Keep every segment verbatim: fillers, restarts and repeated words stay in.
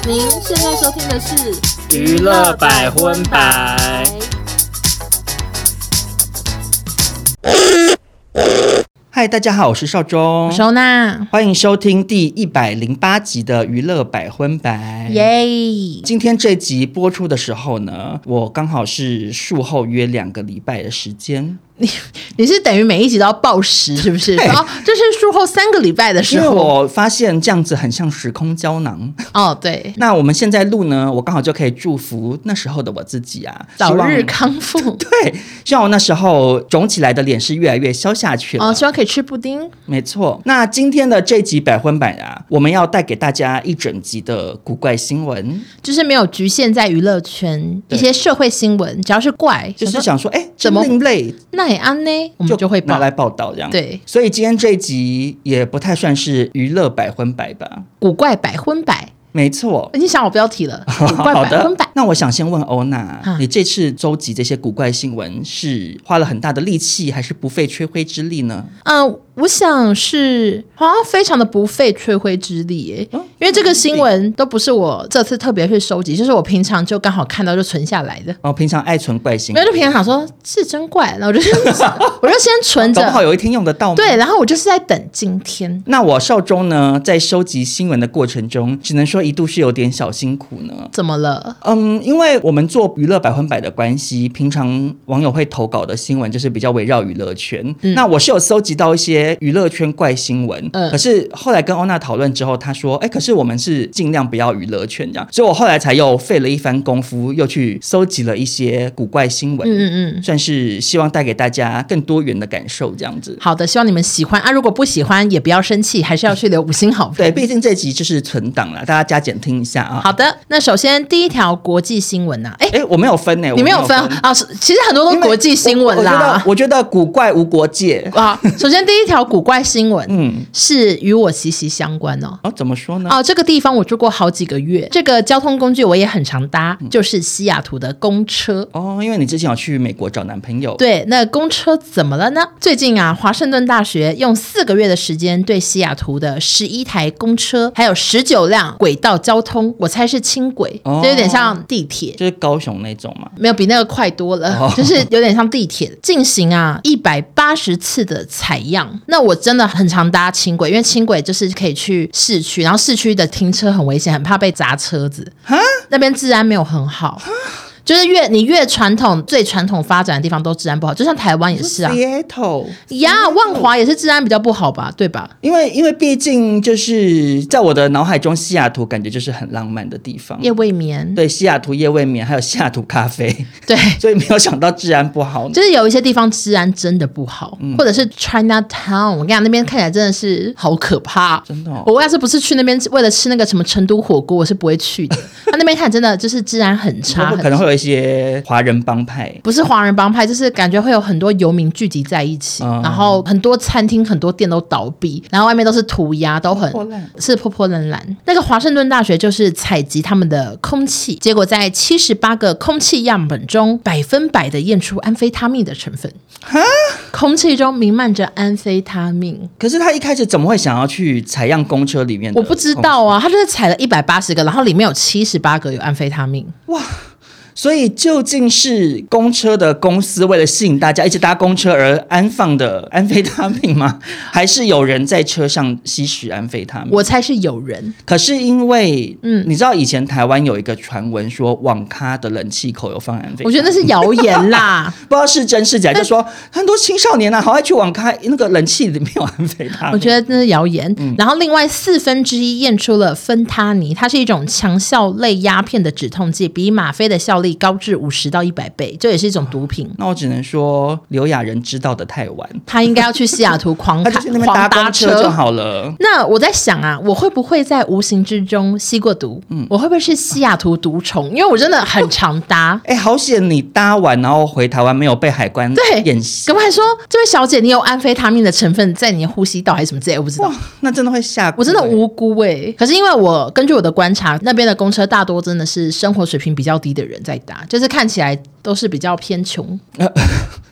您现在收听的是娱乐百分百。嗨，大家好，我是少中， 我是欧娜， 欢迎收听第一百零八集的娱乐百分百。 耶！ 今天这集播出的时候呢，我刚好是术后约两个礼拜的时间。 你你是等于每一集都要报时是不是？然后这是术后三个礼拜的时候， 因为我发现这样子很像时空胶囊。 哦，对。 那我们现在录呢，我刚好就可以祝福那时候的我自己啊， 早日康复。 对，希望我那时候肿起来的脸是越来越消下去了。 哦，希望可以吃布丁。 没错。那今天的这集百分百啊，我们要带给大家一整集的古怪新闻， 就是没有局限在娱乐圈一些社会新闻，只要是怪， 就是想说，哎，怎么另类？ 那也安呢，我们就会拿来报道这样。 对， 所以今天这一集也不太算是娱乐百分百吧， 古怪百分百。 没错， 你想我标题了，古怪百分百。 那我想先问欧娜， 嗯、 你这次收集这些古怪新闻是花了很大的力气，还是不费吹灰之力呢？ 嗯、呃，我想是好像非常的不费吹灰之力耶，嗯、因为这个新闻都不是我这次特别去收集，就是我平常就刚好看到就存下来的。 哦，平常爱存怪新闻， 没有，就平常想说是真怪，然后我就我就先存着， 搞不好有一天用得到吗？ 对，然后我就是在等今天。 那我少中呢，在收集新闻的过程中，只能说一度是有点小辛苦呢。 怎么了？ 嗯，因为我们做娱乐百分百的关系，平常网友会投稿的新闻就是比较围绕娱乐圈。嗯、那我是有搜集到一些娱乐圈怪新闻，嗯、可是后来跟欧娜讨论之后，她说：“哎，可是我们是尽量不要娱乐圈这样。”所以我后来才又费了一番功夫，又去搜集了一些古怪新闻。嗯嗯嗯，算是希望带给大家更多元的感受这样子。 好的，希望你们喜欢啊！如果不喜欢也不要生气，还是要去留五星好评。 对，毕竟这集就是存档啦，大家加减听一下啊。 好的，那首先第一条国际新闻呐、啊，哎哎，我没有分呢、欸， 你没有分啊？其实很多都国际新闻啦。 我, 我, 觉得我觉得古怪无国界啊。首先第一条古怪新闻，嗯，是与我息息相关哦。 哦，怎么说呢？ 哦，这个地方我住过好几个月，这个交通工具我也很常搭，嗯、就是西雅图的公车。 哦，因为你之前有去美国找男朋友。 对，那公车怎么了呢？最近啊，华盛顿大学用四个月的时间对西雅图的十一台公车，还有十九辆轨道交通，我猜是轻轨，哦、就有点像地铁， 就是高雄那种嘛。 没有，比那个快多了，哦、就是有点像地铁，进行啊一百八十次的采样。那我真的很常搭轻轨，因为轻轨就是可以去市区，然后市区的停车很危险，很怕被砸车子。那边治安没有很好。就是越你越传统最传统发展的地方都治安不好，就像台湾也是啊。 Seattle 呀，万华也是治安比较不好吧，对吧？ 因为因为毕竟就是在我的脑海中，西雅图感觉就是很浪漫的地方， 夜未眠。 对，西雅图夜未眠，还有西雅图咖啡。 对， 所以没有想到治安不好， 就是有一些地方治安真的不好，嗯、或者是 Chinatown， 我跟你讲那边看起来真的是好可怕， 真的、哦。 我要是不是去那边为了吃那个什么成都火锅，我是不会去的。他那边看真的就是治安很差， 可能会有一些华人帮派， 不是华人帮派，就是感觉会有很多游民聚集在一起，嗯、然后很多餐厅、很多店都倒闭，然后外面都是涂鸦，都很破烂， 是破破烂烂。那个华盛顿大学就是采集他们的空气，结果在七十八个空气样本中，百分百的验出安非他命的成分。哈，空气中弥漫着安非他命。 可是他一开始怎么会想要去采样公车里面的？ 我不知道啊，他就是采了一百八十个，然后里面有七十八个有安非他命。 哇！所以究竟是公车的公司为了吸引大家一直搭公车而安放的安非他命吗？还是有人在车上吸食安非他命？ 我猜是有人。 可是因为嗯，你知道以前台湾有一个传闻说网咖的冷气口有放安非他命， 我觉得那是谣言啦。 不知道是真是假，就说很多青少年啊好爱去网咖，那个冷气里面有安非他命。 我觉得那是谣言、嗯、然后另外四分之一验出了芬他尼，它是一种强效类鸦片的止痛剂，比吗啡的效力高至五十到一百倍，这也是一种毒品。 那我只能说刘亚仁知道的太晚， 他应该要去西雅图狂他就去那边搭公车就好了。 那我在想啊，我会不会在无形之中吸过毒、嗯、我会不会是西雅图毒虫？因为我真的很常搭。 哎、欸，好险你搭完然后回台湾没有被海关验对，赶快说这位小姐你有安非他命的成分在你的呼吸道还是什么之类，我不知道。 那真的会吓哭、欸、 我真的无辜哎、欸。可是因为我根据我的观察，那边的公车大多真的是生活水平比较低的人在搭，就是看起来都是比较偏穷。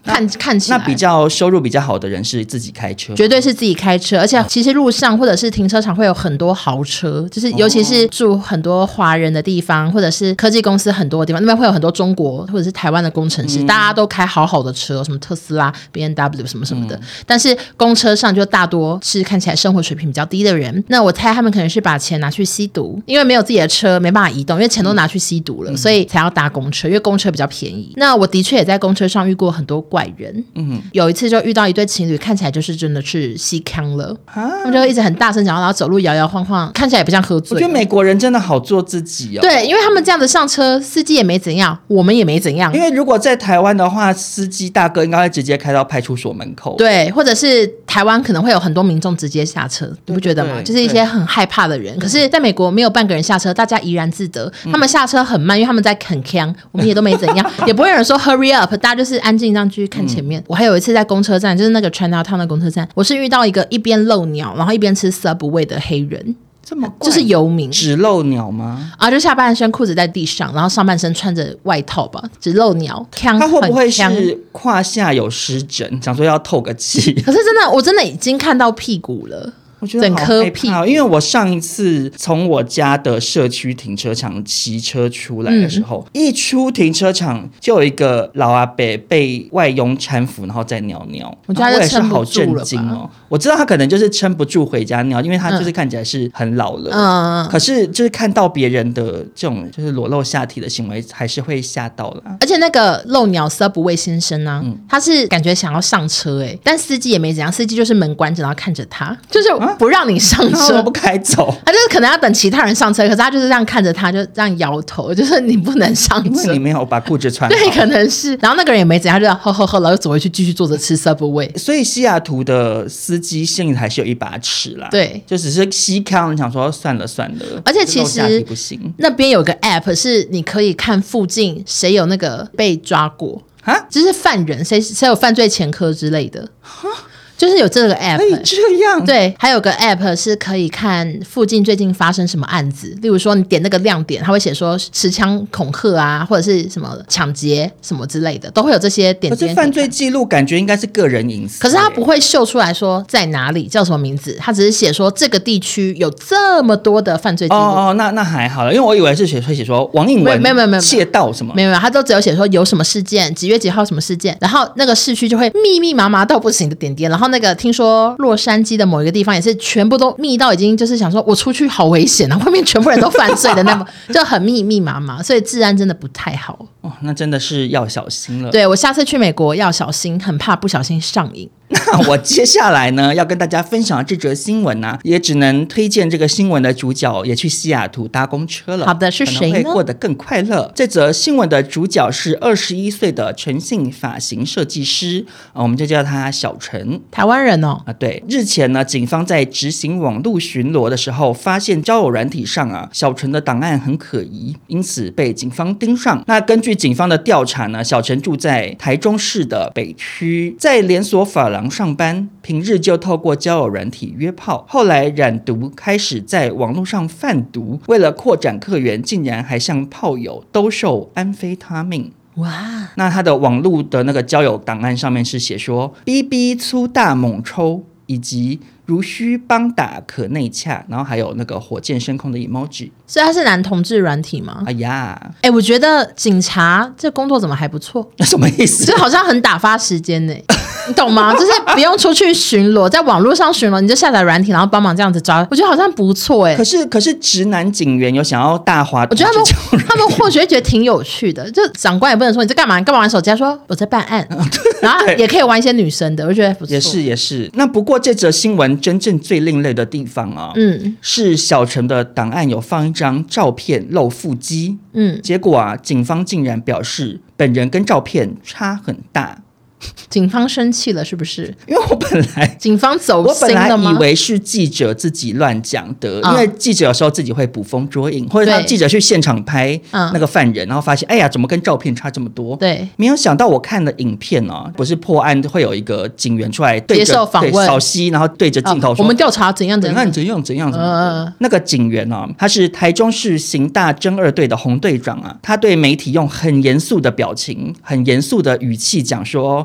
看看起来那比较收入比较好的人是自己开车， 绝对是自己开车，而且其实路上或者是停车场会有很多豪车，就是尤其是住很多华人的地方，或者是科技公司很多的地方，那边会有很多中国或者是台湾的工程师，嗯、大家都开好好的车，什么特斯拉、B M W 什么什么的。嗯、但是公车上就大多是看起来生活水平比较低的人。那我猜他们可能是把钱拿去吸毒，因为没有自己的车，没办法移动，因为钱都拿去吸毒了，嗯、所以才要搭公车，因为公车比较便宜。那我的确也在公车上遇过很多怪人，嗯，有一次就遇到一对情侣，看起来就是真的是吸康了，他们就一直很大声讲，然后走路摇摇晃晃，看起来也不像喝醉。 我觉得美国人真的好做自己哦。 对，因为他们这样子上车，司机也没怎样，我们也没怎样。 因为如果在台湾的话，司机大哥应该会直接开到派出所门口。 对，或者是台湾可能会有很多民众直接下车，你不觉得吗？就是一些很害怕的人。可是在美国没有半个人下车，大家怡然自得。他们下车很慢，因为他们在很呛，我们也都没怎样，也不会有人说 hurry up， 大家就是安静这样继续看前面。嗯、我还有一次在公车站，就是那个 Chinatown 的公车站，我是遇到一个一边漏鸟，然后一边吃 Subway 的黑人。 这么怪， 就是游民， 只露鸟吗？ 啊，就下半身裤子在地上，然后上半身穿着外套吧，只露鸟。他会不会是胯下有湿疹，想说要透个气？ 可是真的，我真的已经看到屁股了。 我觉得好害怕，因为我上一次从我家的社区停车场骑车出来的时候，嗯、一出停车场就有一个老阿伯被外佣搀扶，然后再尿尿。 我觉得他就撑不住了吧。 我也是好震惊哦！我知道他可能就是撑不住回家尿，因为他就是看起来是很老了。嗯，可是就是看到别人的这种就是裸露下体的行为，还是会吓到啦。 而且那个漏鸟 Subway 先生呢、啊，嗯、他是感觉想要上车哎、欸，但司机也没怎样，司机就是门关着，然后看着他，就是。啊不让你上车， 我不开走， 他就是可能要等其他人上车，可是他就是这样看着他，就这样摇头，就是你不能上车， 因为你没有把裤子穿好。 对，可能是。然后那个人也没怎样，他就呵呵呵，然后走回去继续坐着吃 Subway。 所以西雅图的司机心里还是有一把尺啦， 对， 就只是西康想说算了算了。 而且其实不行，那边有个 app 是你可以看附近谁有那个被抓过啊，就是犯人谁谁有犯罪前科之类的。就是有这个 app 可以这样， 对，还有个 app 是可以看附近最近发生什么案子，例如说你点那个亮点，它会写说持枪恐吓啊，或者是什么抢劫什么之类的，都会有这些点点。 可是犯罪记录感觉应该是个人隐私， 可是它不会秀出来说在哪里叫什么名字，它只是写说这个地区有这么多的犯罪记录。 哦哦，那那还好了，因为我以为是写会写说王应文没有没有没有窃盗什么， 没有没有，它都只有写说有什么事件，几月几号什么事件，然后那个市区就会密密麻麻到不行的点点，然后那个听说洛杉矶的某一个地方也是全部都密到已经就是想说我出去好危险啊，外面全部人都犯罪的那么就很密密麻麻，所以治安真的不太好哦，那真的是要小心了。 对，我下次去美国要小心，很怕不小心上瘾。 那我接下来呢要跟大家分享这则新闻啊，也只能推荐这个新闻的主角也去西雅图搭公车了。 好的，是谁呢？ 可能会过得更快乐。这则新闻的主角是二十一岁的陈姓发型设计师、啊、我们就叫他小陈， 台湾人哦。 啊，对，日前呢，警方在执行网路巡逻的时候，发现交友软体上啊，小陈的档案很可疑，因此被警方盯上。那根据警方的调查呢，小陈住在台中市的北区，在连锁发廊上班，平日就透过交友软体约炮，后来染毒，开始在网络上贩毒，为了扩展客源，竟然还向炮友兜售安非他命。哇！那他的网络的那个交友档案上面是写说 B B 粗大猛抽，以及如需帮打可内洽，然后还有那个火箭升空的 emoji。 所以他是男同志软体吗？ 哎呀， 哎、欸，我觉得警察这工作怎么还不错？ 什么意思？ 就好像很打发时间呢、欸，你懂吗？就是不用出去巡逻，在网络上巡逻，你就下载软体，然后帮忙这样子抓，我觉得好像不错哎、欸。 可是可是直男警员有想要大滑， 我觉得他们他们或许会觉得挺有趣的，就长官也不能说你在干嘛，你干嘛玩手机，他说我在办案，然后也可以玩一些女生的，我觉得不错。 也是也是。那不过这则新闻真正最另类的地方啊，嗯，是小陈的档案有放一张照片露腹肌，嗯，结果啊，警方竟然表示本人跟照片差很大。 警方生气了是不是？ 因为我本来警方走心了吗？ 我本来以为是记者自己乱讲的、嗯、因为记者有时候自己会捕风捉影，或者让记者去现场拍那个犯人、嗯、然后发现哎呀怎么跟照片差这么多。 对， 没有想到我看了影片哦，不是破案会有一个警员出来对着接受访问， 扫息，然后对着镜头说、 哦、我们调查怎样怎样怎样怎样怎样、呃、那个警员哦，他是台中市刑大侦二队的洪队长啊，他对媒体用很严肃的表情很严肃的语气讲说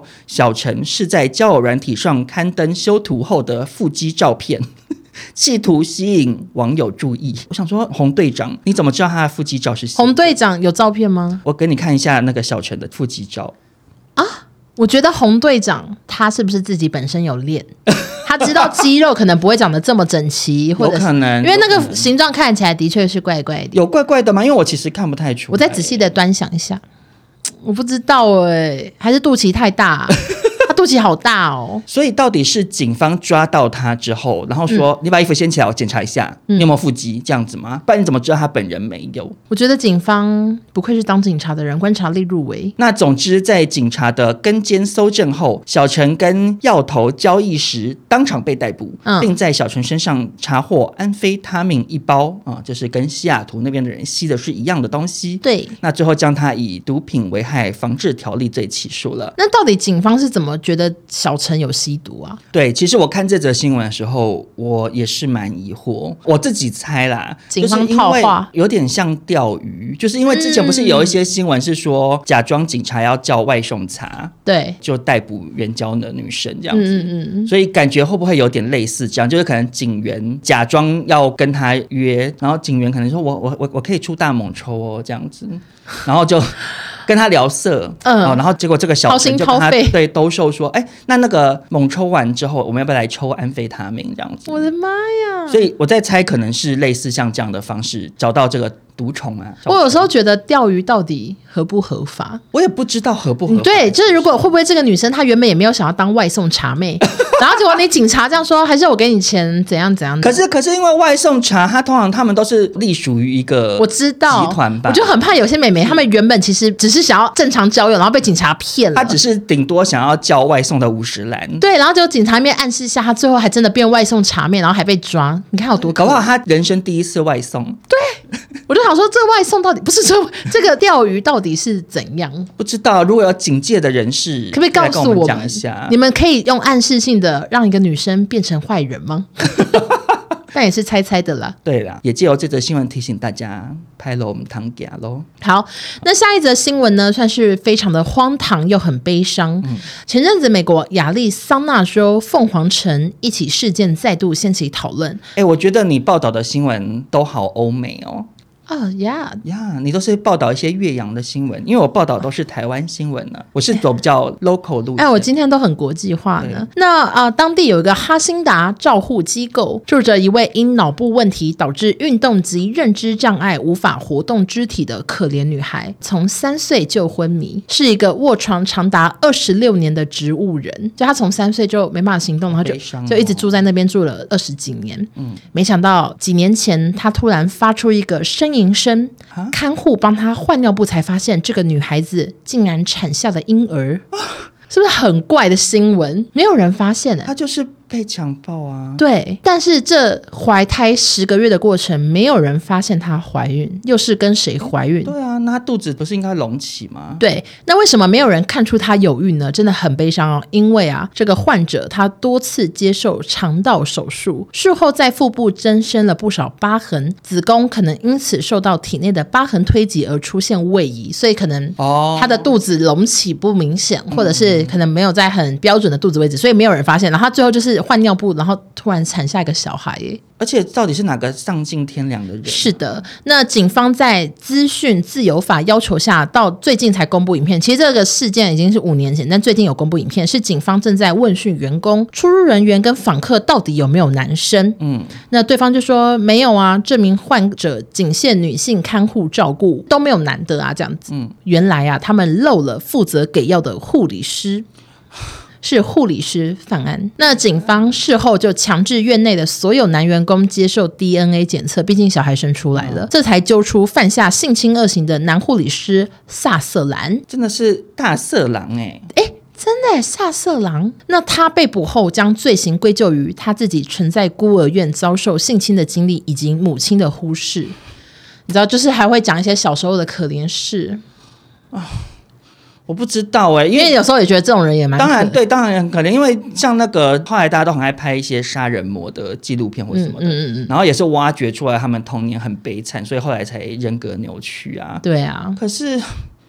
小陈是在交友软体上刊登修图后的腹肌照片，企图吸引网友注意。我想说，洪队长，你怎么知道他的腹肌照是？ 洪队长有照片吗？ 我给你看一下那个小陈的腹肌照啊。我觉得洪队长他是不是自己本身有练？他知道肌肉可能不会长得这么整齐，或者有可能， 因为那个形状看起来的确是怪怪的。 有怪怪的吗？因为我其实看不太出来。 我再仔细的端详一下，我不知道哎、欸，还是肚脐太大、啊。他肚脐好大哦， 所以到底是警方抓到他之后，然后说、嗯、你把衣服掀起来，我检查一下、嗯、你有没有腹肌这样子吗？不然你怎么知道他本人没有？ 我觉得警方不愧是当警察的人，观察力入围。 那总之，在警察的跟监搜证后，小陈跟药头交易时当场被逮捕，嗯、并在小陈身上查获安非他命一包啊，就是跟西雅图那边的人吸的是一样的东西。 对， 那最后将他以毒品危害防治条例罪起诉了。 那到底警方是怎么觉得小陈有吸毒啊？ 对，其实我看这则新闻的时候，我也是蛮疑惑。我自己猜啦， 警方套话， 有点像钓鱼，就是因为之前不是有一些新闻是说、嗯、假装警察要叫外送茶， 对， 就逮捕援交的女生这样子。 嗯嗯嗯， 所以感觉会不会有点类似这样？就是可能警员假装要跟他约，然后警员可能说我我我我可以出大猛抽哦这样子，然后就。跟他聊色，嗯、哦，然后结果这个小陈就跟他对兜售说，哎，那那个猛抽完之后，我们要不要来抽安非他命这样子？ 我的妈呀！ 所以我在猜，可能是类似像这样的方式找到这个毒虫啊。 我有时候觉得钓鱼到底合不合法？ 我也不知道合不合法。 对，就是如果会不会这个女生她原本也没有想要当外送茶妹，然后结果你警察这样说，还是我给你钱怎样怎样的？ 可是可是因为外送茶，它通常他们都是隶属于一个我知道集团吧， 我就很怕有些美眉，她们原本其实只是想要正常交友，然后被警察骗了。 她只是顶多想要叫外送的五十兰， 对，然后结果警察面暗示下，她最后还真的变外送茶妹，然后还被抓。你看有多可怕？ 搞不好她人生第一次外送。 对，我就想说，这个外送到底不是说这个钓鱼到底是怎样？ 不知道，如果有警戒的人士， 可不可以告诉我们讲一下？ 你们可以用暗示性的让一个女生变成坏人吗？但也是猜猜的啦。 对啦，也借由这则新闻提醒大家，拍了我们堂家咯。 好，那下一则新闻呢，算是非常的荒唐又很悲伤。嗯、前阵子美国亚利桑那州凤凰城一起事件再度掀起讨论。 哎，我觉得你报道的新闻都好欧美哦。 哦呀呀，你都是报道一些越洋的新闻，因为我报道都是台湾新闻呢、啊。我是走比较 local 路线。 哎，我今天都很国际化呢。那啊、呃，当地有一个哈辛达照护机构，住着一位因脑部问题导致运动及认知障碍无法活动肢体的可怜女孩，从三岁就昏迷，是一个卧床长达二十六年的植物人。就她从三岁就没办法行动，然后就、哦、就一直住在那边住了二十几年。嗯，没想到几年前，她突然发出一个声音。声看护帮她换尿布，才发现这个女孩子竟然产下了婴儿，是不是很怪的新闻？没有人发现、欸， 她就是被强暴啊。 对，但是这怀胎十个月的过程，没有人发现她怀孕，又是跟谁怀孕？ 对啊，那她肚子不是应该隆起吗？ 对，那为什么没有人看出她有孕呢？真的很悲伤哦，因为啊，这个患者她多次接受肠道手术，术后在腹部增生了不少疤痕，子宫可能因此受到体内的疤痕推挤而出现位移，所以可能她的肚子隆起不明显，哦、或者是可能没有在很标准的肚子位置，所以没有人发现。然后她最后就是换尿布，然后突然产下一个小孩耶。 而且到底是哪个丧尽天良的人？ 是的，那警方在资讯自由法要求下，到最近才公布影片。其实这个事件已经是五年前，但最近有公布影片，是警方正在问讯员工、出入人员跟访客到底有没有男生。嗯，那对方就说没有啊，这名患者仅限女性看护照顾，都没有男的啊，这样子。嗯，原来啊，他们漏了负责给药的护理师。是护理师犯案，那警方事后就强制院内的所有男员工接受 D N A 检测，毕竟小孩生出来了，嗯、这才揪出犯下性侵恶行的男护理师萨瑟兰。 真的是大色狼哎、欸！ 哎，真的耶，萨瑟狼。那他被捕后将罪行归咎于他自己曾在孤儿院遭受性侵的经历以及母亲的忽视。你知道，就是还会讲一些小时候的可怜事啊。我不知道哎、欸， 因为有时候也觉得这种人也蛮可怜。 当然对，当然很可怜，因为像那个后来大家都很爱拍一些杀人魔的纪录片或什么的，嗯嗯嗯，然后也是挖掘出来他们童年很悲惨，所以后来才人格扭曲啊。 对啊， 可是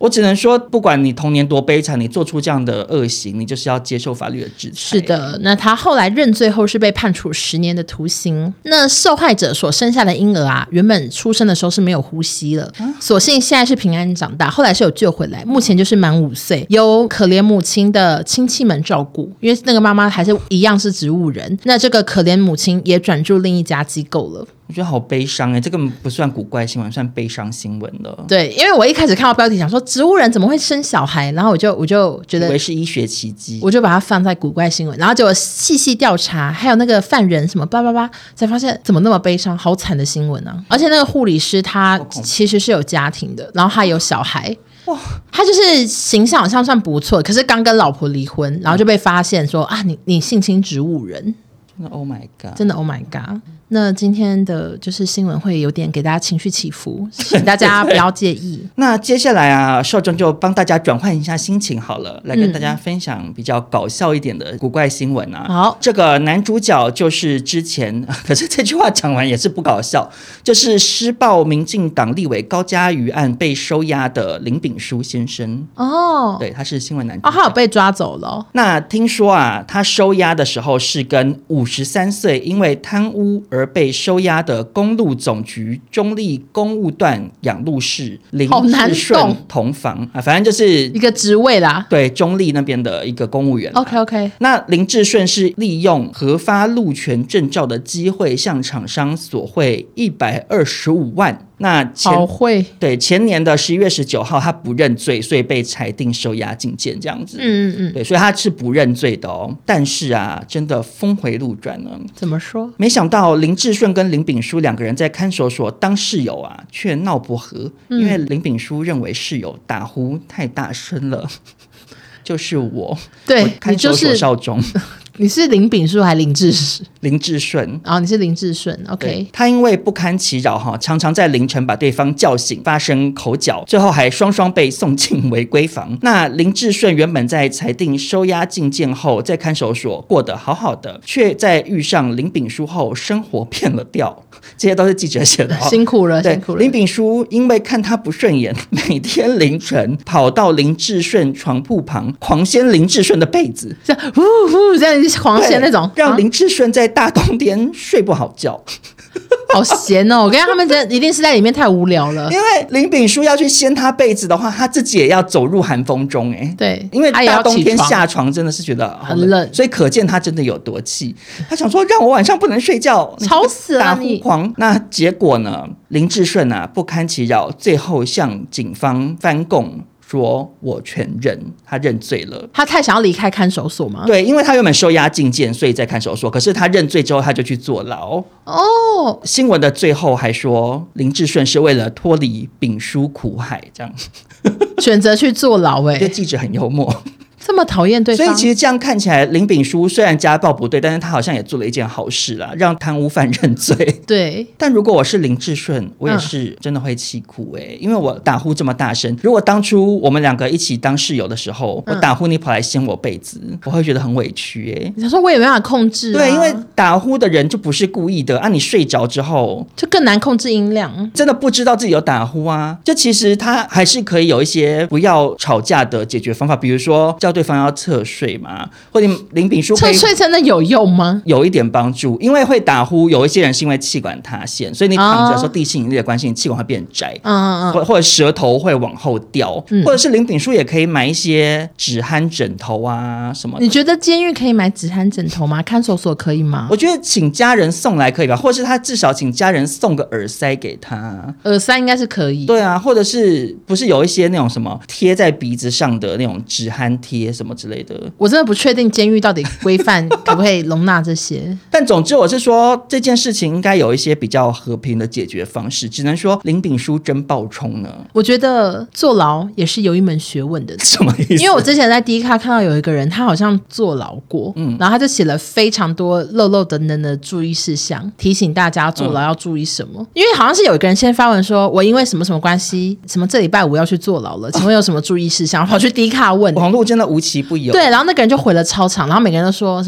我只能说不管你童年多悲惨，你做出这样的恶行，你就是要接受法律的制裁。 是的，那他后来认罪后是被判处十年的徒刑。那受害者所生下的婴儿啊，原本出生的时候是没有呼吸了，啊、所幸现在是平安长大，后来是有救回来，目前就是满五岁，由可怜母亲的亲戚们照顾，因为那个妈妈还是一样是植物人，那这个可怜母亲也转入另一家机构了。 我觉得好悲伤哎，这个不算古怪新闻，算悲伤新闻了。 对，因为我一开始看到标题想说植物人怎么会生小孩，然后我就我就觉得以为是医学奇迹， 我就把它放在古怪新闻，然后结果细细调查，还有那个犯人什么叭叭叭，才发现怎么那么悲伤，好惨的新闻啊！而且那个护理师他其实是有家庭的，然后他有小孩。哇，他就是形象好像算不错，可是刚跟老婆离婚，然后就被发现说啊，你你性侵植物人， 真的 Oh my God， 真的 Oh my God。那今天的就是新闻会有点给大家情绪起伏，请大家不要介意。 那接下来啊，少中就帮大家转换一下心情好了，来跟大家分享比较搞笑一点的古怪新闻啊。 好， 这个男主角就是之前，可是这句话讲完也是不搞笑，就是施暴民进党立委高嘉瑜案被收押的林炳书先生。哦，对，他是新闻男主角。 哦，他有被抓走了哦。 那听说啊，他收押的时候是跟五十三岁因为贪污而被收押的公路总局中立公务段养路士林志顺同房啊，反正就是一个职位啦， 对，中立那边的一个公务员。 OK OK。 那林志顺是利用核发路权证照的机会向厂商索贿一百二十五万。那前好会对前年的十一月十九号，他不认罪，所以被裁定收押禁见这样子。嗯嗯嗯，对，所以他是不认罪的哦。但是啊，真的峰回路转呢。 怎么说？ 没想到林志顺跟林炳书两个人在看守所当室友啊，却闹不和，嗯、因为林炳书认为室友打呼太大声了。就是我， 对， 我看守所少中。 你是林炳书还是林志林志顺？ 哦，你是林志顺 ，OK。 他因为不堪其扰哈，常常在凌晨把对方叫醒，发生口角，最后还双双被送进违规房。那林志顺原本在裁定收押禁见后，在看守所过得好好的，却在遇上林炳书后，生活变了调。这些都是记者写的、哦， 辛苦了，辛苦了。 林炳书因为看他不顺眼，每天凌晨跑到林志顺床铺旁，狂掀林志顺的被子， 这样呼呼这样狂掀那种， 让林志顺在大冬天睡不好觉。 好闲哦！我跟他们真的一定是在里面太无聊了。 因为林炳书要去掀他被子的话，他自己也要走入寒风中哎、欸。 对， 因为大冬天下床真的是觉得很冷， 所以可见他真的有多气。他想说让我晚上不能睡觉， 吵死了大呼狂。那结果呢？林志顺啊不堪其扰，最后向警方翻供。说我全认，他认罪了。 他太想要离开看守所吗？ 对，因为他原本收押禁见，所以在看守所。可是他认罪之后，他就去坐牢。哦，新闻的最后还说，林志顺是为了脱离丙书苦海，这样选择去坐牢、欸。哎， 这记者很幽默。 这么讨厌对方， 所以其实这样看起来，林炳书虽然家暴不对，但是他好像也做了一件好事啦，让贪污犯认罪。 对， 但如果我是林志顺，我也是真的会气哭哎、欸嗯，因为我打呼这么大声，如果当初我们两个一起当室友的时候，嗯、我打呼你跑来掀我被子，我会觉得很委屈哎、欸。 他说我也没办法控制、啊， 对，因为打呼的人就不是故意的啊，你睡着之后就更难控制音量， 真的不知道自己有打呼啊。就其实他还是可以有一些不要吵架的解决方法，比如说叫对方要侧睡嘛，或者林炳书侧睡真的有用吗？ 有一点帮助，因为会打呼，有一些人是因为气管塌陷，所以你躺着的时候地心引力的关系，你气管会变窄，嗯嗯，或或者舌头会往后掉，嗯、或者是林炳书也可以买一些止鼾枕头啊什么的。 你觉得监狱可以买止鼾枕头吗？看守所可以吗？ 我觉得请家人送来可以吧，或者是他至少请家人送个耳塞给他， 耳塞应该是可以。 对啊，或者是不是有一些那种什么贴在鼻子上的那种止鼾贴什么之类的。 我真的不确定监狱到底规范可不可以容纳这些。 但总之我是说这件事情应该有一些比较和平的解决方式，只能说林炳书真爆冲呢。 我觉得坐牢也是有一门学问的。 什么意思？ 因为我之前在 D 卡看到有一个人他好像坐牢过、嗯、然后他就写了非常多漏漏等等的注意事项，提醒大家坐牢要注意什么、嗯、因为好像是有一个人先发文说我因为什么什么关系什么这礼拜五要去坐牢了，请问有什么注意事项、哦、跑去 D 卡问、欸、 网络真的无奇不有。 对，然后那个人就回了超长，然后每个人都说什么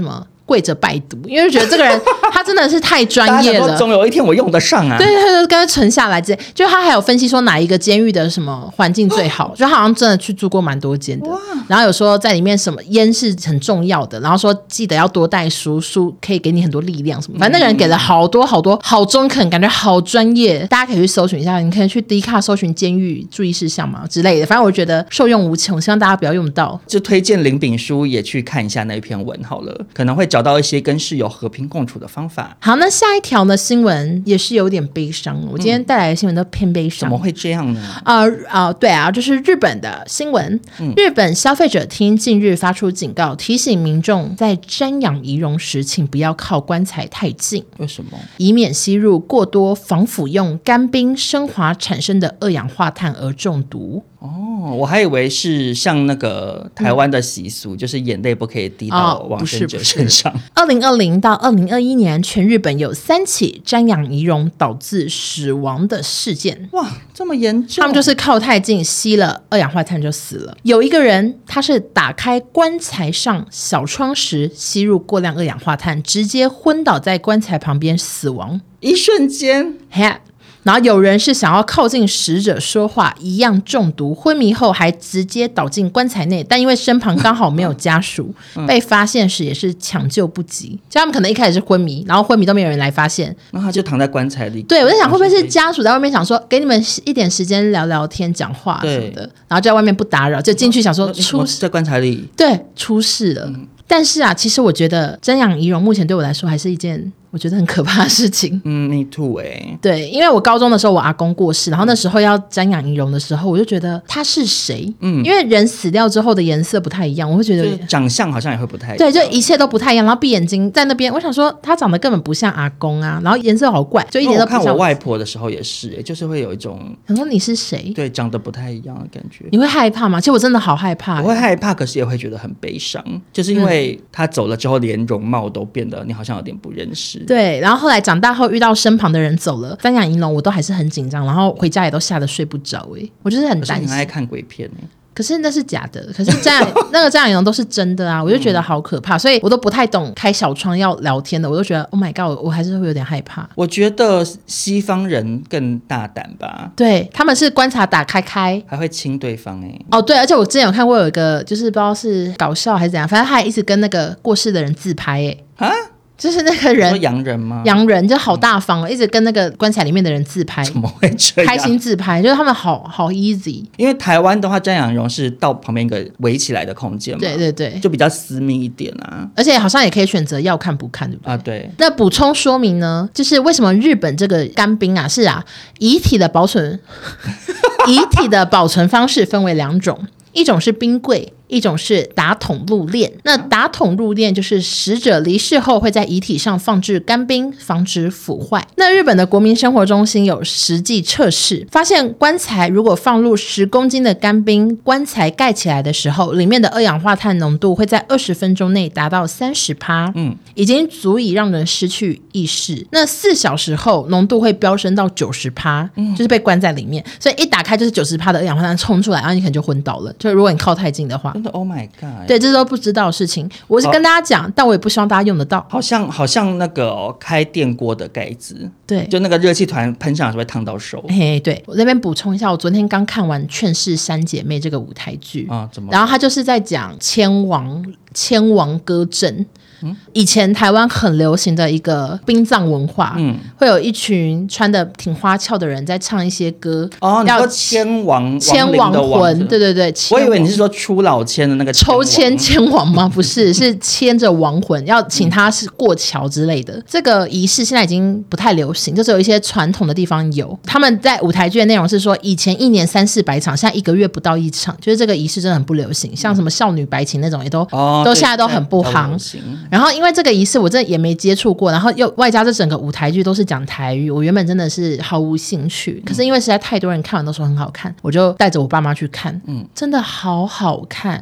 跪着拜读，因为觉得这个人他真的是太专业了， 总有一天我用得上啊。 对，他就跟他存下来之类，就他还有分析说哪一个监狱的什么环境最好，就他好像真的去住过蛮多间的，然后有说在里面什么烟是很重要的，然后说记得要多带书，书可以给你很多力量什么，反正那个人给了好多好多好中肯，感觉好专业，大家可以去搜寻一下，你可以去 D 卡搜寻监狱注意事项嘛之类的，反正我觉得受用无穷，希望大家不要用到。 就推荐林炳书也去看一下那篇文好了，可能会找到一些跟室友和平共处的方法。 好，那下一条呢新闻也是有点悲伤，我今天带来的新闻都偏悲伤。 怎么会这样呢？ 呃呃，对啊，就是日本的新闻、嗯、日本消费者厅近日发出警告，提醒民众在瞻仰仪容时请不要靠棺材太近。 为什么？ 以免吸入过多防腐用干冰升华产生的二氧化碳而中毒。 哦，我还以为是像那个台湾的习俗、嗯、就是眼泪不可以滴到往生者身上。 二零二零到二零二一年全日本有三起瞻仰仪容导致死亡的事件。 哇，这么严重。 他们就是靠太近吸了二氧化碳就死了。有一个人他是打开棺材上小窗时吸入过量二氧化碳，直接昏倒在棺材旁边死亡， 一瞬间。 然后有人是想要靠近死者说话，一样中毒，昏迷后还直接倒进棺材内，但因为身旁刚好没有家属、嗯、被发现时也是抢救不及，就他们可能一开始是昏迷，然后昏迷都没有人来发现， 然后他就躺在棺材里。 对，我在想会不会是家属在外面想说给你们一点时间聊聊天讲话什么的，然后就在外面不打扰，就进去想说出在棺材里， 对，出事了、嗯、但是啊其实我觉得瞻仰仪容目前对我来说还是一件我觉得很可怕的事情。 嗯 me too 欸。 对，因为我高中的时候我阿公过世，然后那时候要瞻仰仪容的时候我就觉得他是谁，嗯，因为人死掉之后的颜色不太一样，我会觉得长相好像也会不太一样， 对，就一切都不太一样，然后闭眼睛在那边，我想说他长得根本不像阿公啊，然后颜色好怪，就一点都不像。 我看我外婆的时候也是、欸、就是会有一种想说你是谁， 对，长得不太一样的感觉。 你会害怕吗？其实我真的好害怕、欸、 我会害怕，可是也会觉得很悲伤，就是因为他走了之后连容貌都变得你好像有点不认识。 对，然后后来长大后遇到身旁的人走了瞻仰仪容我都还是很紧张，然后回家也都吓得睡不着、欸、我就是很担心。 可是你很爱看鬼片、欸、 可是那是假的，可是瞻仰那个瞻仰仪容都是真的啊，我就觉得好可怕、嗯、所以我都不太懂开小窗要聊天的，我都觉得 Oh my god 我还是会有点害怕。 我觉得西方人更大胆吧， 对，他们是观察打开开还会亲对方。哎、欸， 哦对，而且我之前有看过有一个就是不知道是搞笑还是怎样，反正他还一直跟那个过世的人自拍。哎、欸、啊，就是那个人， 洋人吗？ 洋人就好大方、嗯、一直跟那个棺材里面的人自拍。 怎么会这样？ 开心自拍，就是他们好好 easy。 因为台湾的话，瞻仰仪容是到旁边一个围起来的空间嘛， 对对对， 就比较私密一点啊。 而且好像也可以选择要看不看，对不对？ 啊，对。 那补充说明呢，就是为什么日本这个干冰啊，是啊，遗体的保存，遗体的保存方式分为两种。一种是冰柜，一种是打桶入殓。那打桶入殓就是死者离世后会在遗体上放置干冰，防止腐坏。那日本的国民生活中心有实际测试，发现棺材如果放入十公斤的干冰，棺材盖起来的时候，里面的二氧化碳浓度会在二十分钟内达到 百分之三十， 嗯，已经足以让人失去意识。那四小时后浓度会飙升到 百分之九十， 嗯，就是被关在里面，所以一打开就是 百分之九十 的二氧化碳冲出来，然后你可能就昏倒了，就如果你靠太近的话。 真的 Oh my god， 对，这都不知道的事情，我是跟大家讲，但我也不希望大家用得到。 好像好像那个、哦、开电锅的盖子， 对， 就那个热气团喷上来就会烫到手。 嘿，对，我那边补充一下，我昨天刚看完《劝世三姐妹》这个舞台剧啊，怎么？ 然后他就是在讲千王千王歌阵。嗯、以前台湾很流行的一个殡葬文化、嗯、会有一群穿的挺花俏的人在唱一些歌。 哦，你说千王千王魂，对对对， 我以为你是说出老千的那个抽签千王吗？不是，是牵着亡魂要请他是过桥之类的、嗯、这个仪式现在已经不太流行，就只有一些传统的地方有。他们在舞台剧的内容是说以前一年三四百场，现在一个月不到一场，就是这个仪式真的很不流行，像什么少女白情那种也都、哦、都现在都很不行。然后因为这个仪式我真的也没接触过，然后又外加这整个舞台剧都是讲台语，我原本真的是毫无兴趣，可是因为实在太多人看完都说很好看，我就带着我爸妈去看，嗯，真的好好看。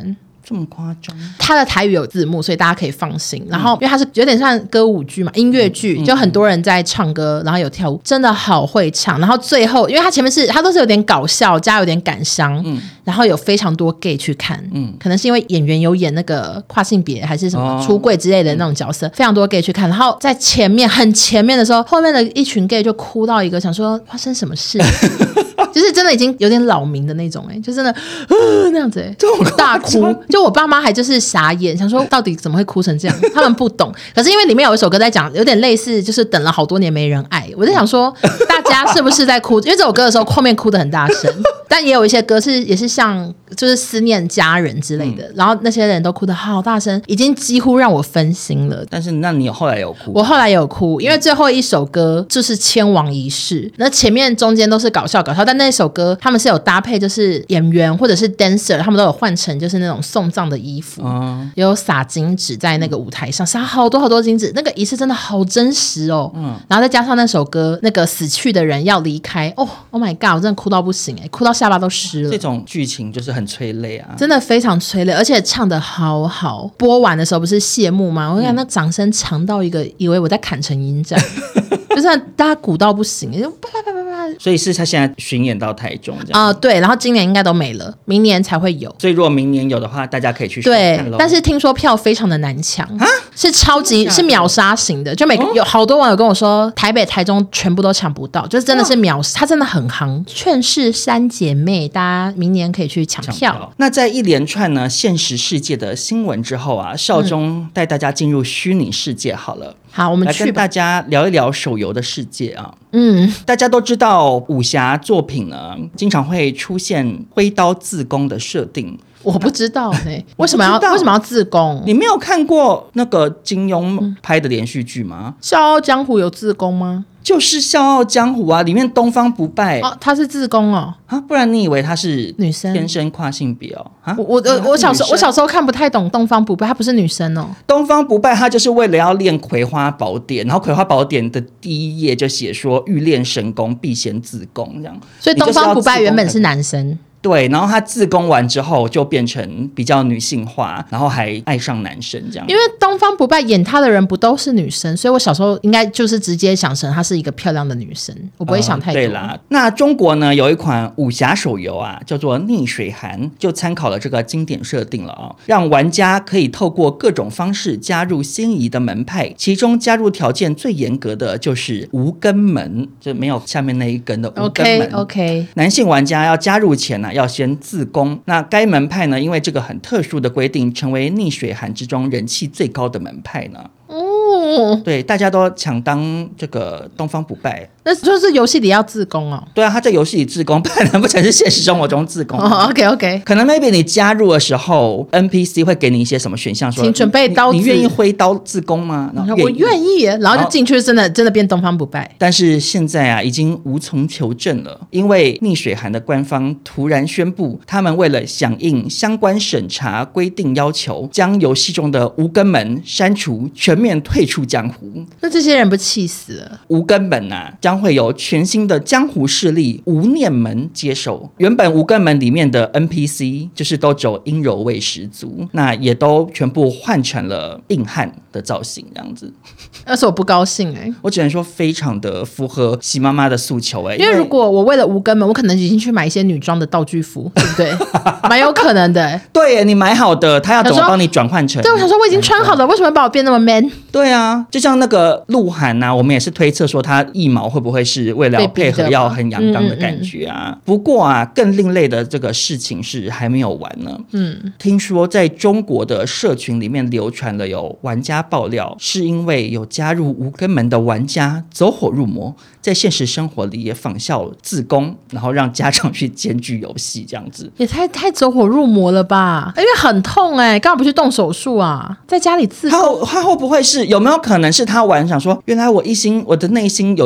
这么夸张？ 他的台语有字幕，所以大家可以放心。然后因为他是有点像歌舞剧嘛，音乐剧，就很多人在唱歌，然后有跳舞，真的好会唱。然后最后，因为他前面是他都是有点搞笑加有点感伤，嗯，然后有非常多 gay 去看，嗯，可能是因为演员有演那个跨性别还是什么出柜之类的那种角色，哦、非常多 gay 去看。然后在前面很前面的时候，后面的一群 gay 就哭到一个想说发生什么事。就是真的已经有点扰民的那种哎、欸，就真的呃那样子哎、欸，大哭。就我爸妈还就是傻眼，想说到底怎么会哭成这样？他们不懂。可是因为里面有一首歌在讲，有点类似，就是等了好多年没人爱。我在想说，大家是不是在哭？因为这首歌的时候后面哭得很大声，但也有一些歌是也是像就是思念家人之类的，嗯、然后那些人都哭得好大声，已经几乎让我分心了。 但是那你后来有哭？ 我后来有哭，因为最后一首歌就是千王仪式，那前面中间都是搞笑搞笑，但那首歌他们是有搭配，就是演员或者是 dancer， 他们都有换成就是那种送葬的衣服，嗯、有撒金纸在那个舞台上，撒好多好多金纸，那个仪式真的好真实哦。嗯，然后再加上那首歌，那个死去的人要离开，哦 ，Oh my god， 我真的哭到不行哎，哭到下巴都湿了。 这种剧情就是很催泪啊， 真的非常催泪，而且唱得好好。播完的时候不是谢幕吗？我看那掌声长到一个，以为我在砍成营战。就是大家鼓到不行，就啪啪啪啪啪。 所以是他现在巡演到台中这样啊、呃，对，然后今年应该都没了，明年才会有。 所以如果明年有的话，大家可以去对看咯。 但是听说票非常的难抢，是超级是秒杀型的，就每个、哦、有好多网友跟我说，台北、台中全部都抢不到，就是真的是秒杀，它真的很夯。劝世三姐妹，大家明年可以去抢 票, 抢票。 那在一连串呢现实世界的新闻之后啊，少中带大家进入虚拟世界好了。 好，我们去来跟大家聊一聊手游的世界啊。嗯，大家都知道武侠作品呢，经常会出现挥刀自宫的设定。 我不知道呢、欸，为什么要为什么要自宫？ 你没有看过那个金庸拍的连续剧吗？ 《笑傲江湖》有自宫吗？ 就是《笑傲江湖》啊，里面东方不败哦，他是自宫哦啊，不然你以为他是女生天生跨性别哦？啊， 我我我小时候我小时候看不太懂东方不败，他不是女生哦。 东方不败他就是为了要练葵花宝典，然后葵花宝典的第一页就写说欲练神功必先自宫这样， 所以东方不败原本是男生。 对，然后他自宫完之后就变成比较女性化，然后还爱上男生这样。 因为东方不败演他的人不都是女生，所以我小时候应该就是直接想成她是一个漂亮的女生，我不会想太多。 呃、对啦，那中国呢有一款武侠手游啊，叫做《逆水寒》，就参考了这个经典设定了啊、哦，让玩家可以透过各种方式加入心仪的门派，其中加入条件最严格的就是无根门，就没有下面那一根的无根门。 OK OK， 男性玩家要加入前呢、啊。要先自宫，那该门派呢，因为这个很特殊的规定，成为逆水寒之中人气最高的门派呢。哦，对，大家都抢当这个东方不败， 那就是游戏里要自宫哦。 对啊，他在游戏里自宫，难不成是现实生活中自宫、 哦、？OK OK， 可能 maybe 你加入的时候 ，N P C 会给你一些什么选项，说请准备刀子， 你愿意挥刀自宫吗？然后我愿意，然后就进去，真的真的变东方不败。 但是现在啊，已经无从求证了，因为逆水寒的官方突然宣布，他们为了响应相关审查规定要求，将游戏中的无根门删除，全面退出江湖。 那这些人不气死了？ 无根门啊，将会由全新的江湖势力无念门接手。原本无根门里面的 N P C 就是都走阴柔味十足，那也都全部换成了硬汉的造型这样子。 但是我不高兴哎、欸， 我只能说非常的符合喜妈妈的诉求哎、欸， 因为如果我为了无根门，我可能已经去买一些女装的道具服，对不对？蛮有可能的、欸。 对，你买好的，他要怎么帮你转换成？ 对，我想说我已经穿好了，为什么把我变那么 man？ 对啊，就像那个鹿晗啊，我们也是推测说他腋毛会不会是为了要配合要很阳刚的感觉啊？嗯嗯嗯、不过啊，更另类的这个事情是还没有完呢。嗯，听说在中国的社群里面流传了有玩家爆料，是因为有加入无根门的玩家走火入魔，在现实生活里也仿效自宫，然后让家长去监剧游戏这样子， 也太太走火入魔了吧？因为很痛哎、欸，干嘛不去动手术啊？在家里自宫， 他他会不会是有没有可能是他玩想说，原来我一心我的内心有一个声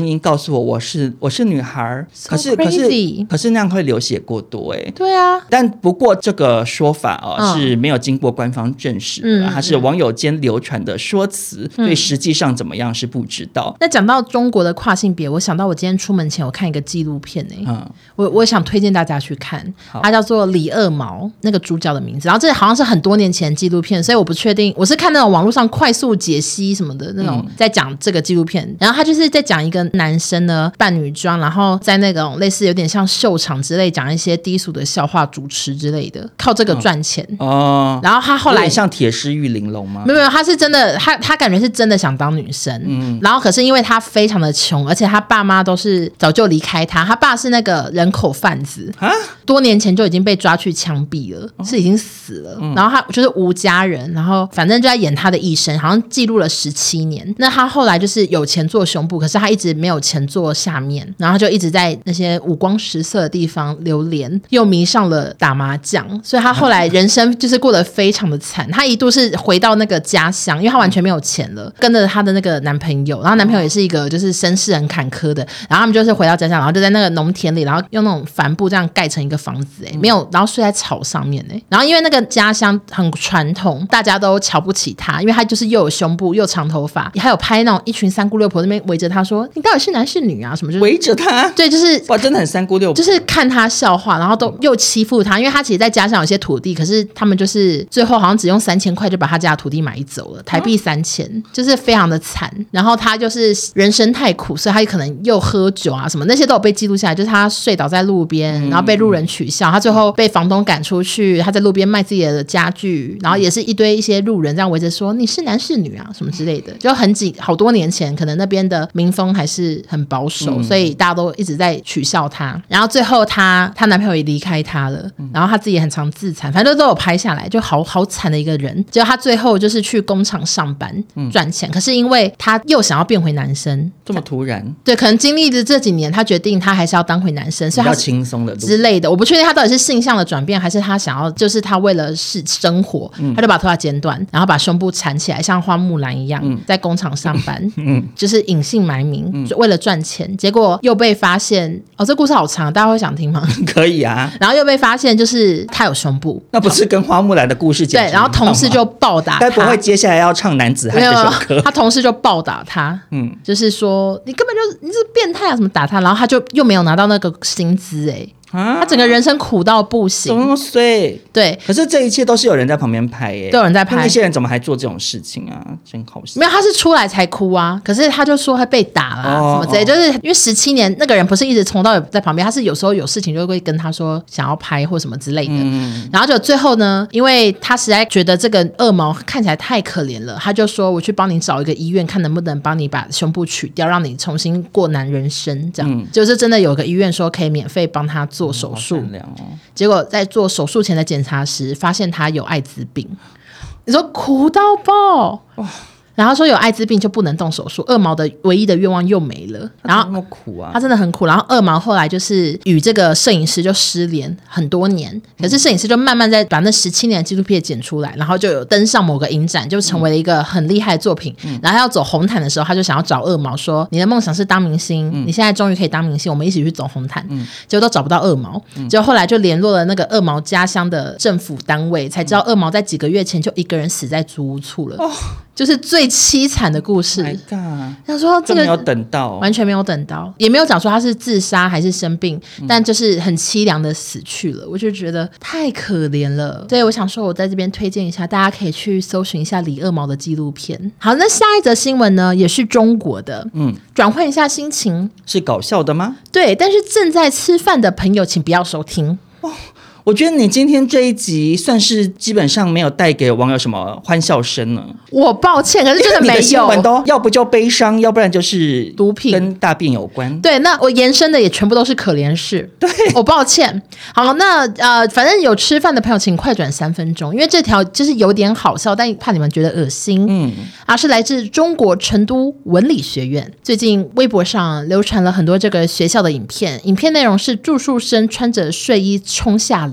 音告诉我我是我是女孩， So 可是可是 crazy 可是那样会流血过多哎、欸。 对啊， 但不过这个说法哦、 嗯、 是没有经过官方证实的， 嗯、 它是网友间流传的说辞，所以实际上怎么样是不知道。 那讲到中国的跨性别，我想到我今天出门前我看一个纪录片哎、欸嗯， 我我想推荐大家去看，它叫做《李二毛》，那个主角的名字。然后这好像是很多年前的纪录片，所以我不确定，我是看那种网络上快速解析什么的那种，在讲这个纪录片。然后他就是在讲一个男生呢扮女装，然后在那种类似有点像秀场之类讲一些低俗的笑话主持之类的，靠这个赚钱。 嗯、哦， 然后他后来有点像铁狮玉玲珑吗？ 没有没有，他是真的，他他感觉是真的想当女生。嗯，然后可是因为他非常的穷，而且他爸妈都是早就离开他，他爸是那个人口贩子啊，多年前就已经被抓去枪毙了，哦、是已经死了。嗯、然后他就是无家人，然后反正就在演他的一生，好像记录了十七年。那他后来就是有钱做胸部，可是他一直没有钱做下面，然后就一直在那些五光十色的地方流连，又迷上了打麻将，所以他后来人生就是过得非常的惨。他一度是回到那个家乡，因为他完全没有钱了，跟着他的那个男朋友，然后男朋友也是一个就是身世很坎坷的，然后他们就是回到家乡，然后就在那个农田里，然后用那种帆布这样盖成一个房子、欸，没有，然后睡在草上面、欸、然后因为那个家乡很传统，大家都瞧不起他，因为他就是又有胸部又长头发，还有拍那种一群三姑六婆那边围着他说你到底是男是女啊什么，就是围着他， 对，就是哇，真的很三姑六婆， 就是看他笑话，然后都又欺负他，因为他其实在家乡有些土地，可是他们就是最后好像只用三千块就把他家的土地买走了，台币三千、啊，就是非常的惨。然后他就是人生太苦，所以他可能又喝酒啊什么，那些都有被记录下来。就是他睡倒在路边，然后被路人取笑，他最后被房东赶出去，他在路边卖自己的家具，然后也是一堆一些路人这样围着说你是男是女啊什么之类的，就很几好多年前，可能那边的民风还是很保守，嗯、所以大家都一直在取笑他。然后最后他他男朋友也离开他了，然后他自己也很常自残，反正都有拍下来，就好好惨的一个人。结果他最后就是去工厂上班赚钱、嗯，可是因为他又想要变回男生， 这么突然， 对，可能经历了这几年，他决定他还是要当回男生，所以他比较轻松的路之类的，我不确定他到底是性向的转变，还是他想要就是他为了是生活、嗯，他就把头发剪短，然后把胸部缠起来，像花木兰一样、嗯、在工厂上班，嗯，就是隐姓埋名、嗯，为了赚钱，结果又被发现。哦，这故事好长，大家会想听吗？ 可以啊。 然后又被发现，就是他有胸部， 那不是跟花木兰的故事对，然后同事就暴打他， 该不会接下来要唱男子汉这首歌？ 他同事就暴打他，嗯，就是说你根本就你是变态啊，什么打他，然后他就又没有拿到那个薪资，哎。啊、他整个人生苦到不行， 怎么那么衰？ 对， 可是这一切都是有人在旁边拍耶， 都有人在拍。 那些人怎么还做这种事情啊？真好笑。 没有，他是出来才哭啊。可是他就说他被打啦、啊哦、什么之类，就是因为十七年那个人不是一直从到在旁边，他是有时候有事情就会跟他说想要拍或什么之类的。嗯、然后就最后呢，因为他实在觉得这个恶毛看起来太可怜了，他就说我去帮你找一个医院，看能不能帮你把胸部取掉，让你重新过男人生。这样、嗯、就是真的有个医院说可以免费帮他做手术。嗯哦、结果在做手术前的检查时发现他有艾滋病，你说苦到爆哇！然后说有艾滋病就不能动手术，二毛的唯一的愿望又没了。然后那么苦啊， 他真的很苦。然后二毛后来就是与这个摄影师就失联很多年，可是摄影师就慢慢在把那十七年的纪录片剪出来，然后就有登上某个影展，就成为了一个很厉害的作品。嗯、然后要走红毯的时候，他就想要找二毛说：“你的梦想是当明星，嗯、你现在终于可以当明星，我们一起去走红毯。嗯”结果都找不到二毛，嗯、结果后来就联络了那个二毛家乡的政府单位，才知道二毛在几个月前就一个人死在租屋处了。哦，就是最凄惨的故事。 My God， 他说这个没有等到， 完全没有等到，也没有讲说他是自杀还是生病，嗯、但就是很凄凉的死去了。我就觉得太可怜了，所以我想说，我在这边推荐一下，大家可以去搜寻一下李二毛的纪录片。好，那下一则新闻呢，也是中国的，嗯，转换一下心情， 是搞笑的吗？ 对，但是正在吃饭的朋友，请不要收听。 哇，我觉得你今天这一集算是基本上没有带给网友什么欢笑声了。我抱歉，可是真的没有。 你的新闻都要不就悲伤，要不然就是毒品跟大便有关。 对，那我延伸的也全部都是可怜事。 对， 我抱歉。好，那呃，反正有吃饭的朋友请快转三分钟，因为这条就是有点好笑，但怕你们觉得恶心。嗯，啊，是来自中国成都文理学院。最近微博上流传了很多这个学校的影片，影片内容是住宿生穿着睡衣冲下楼。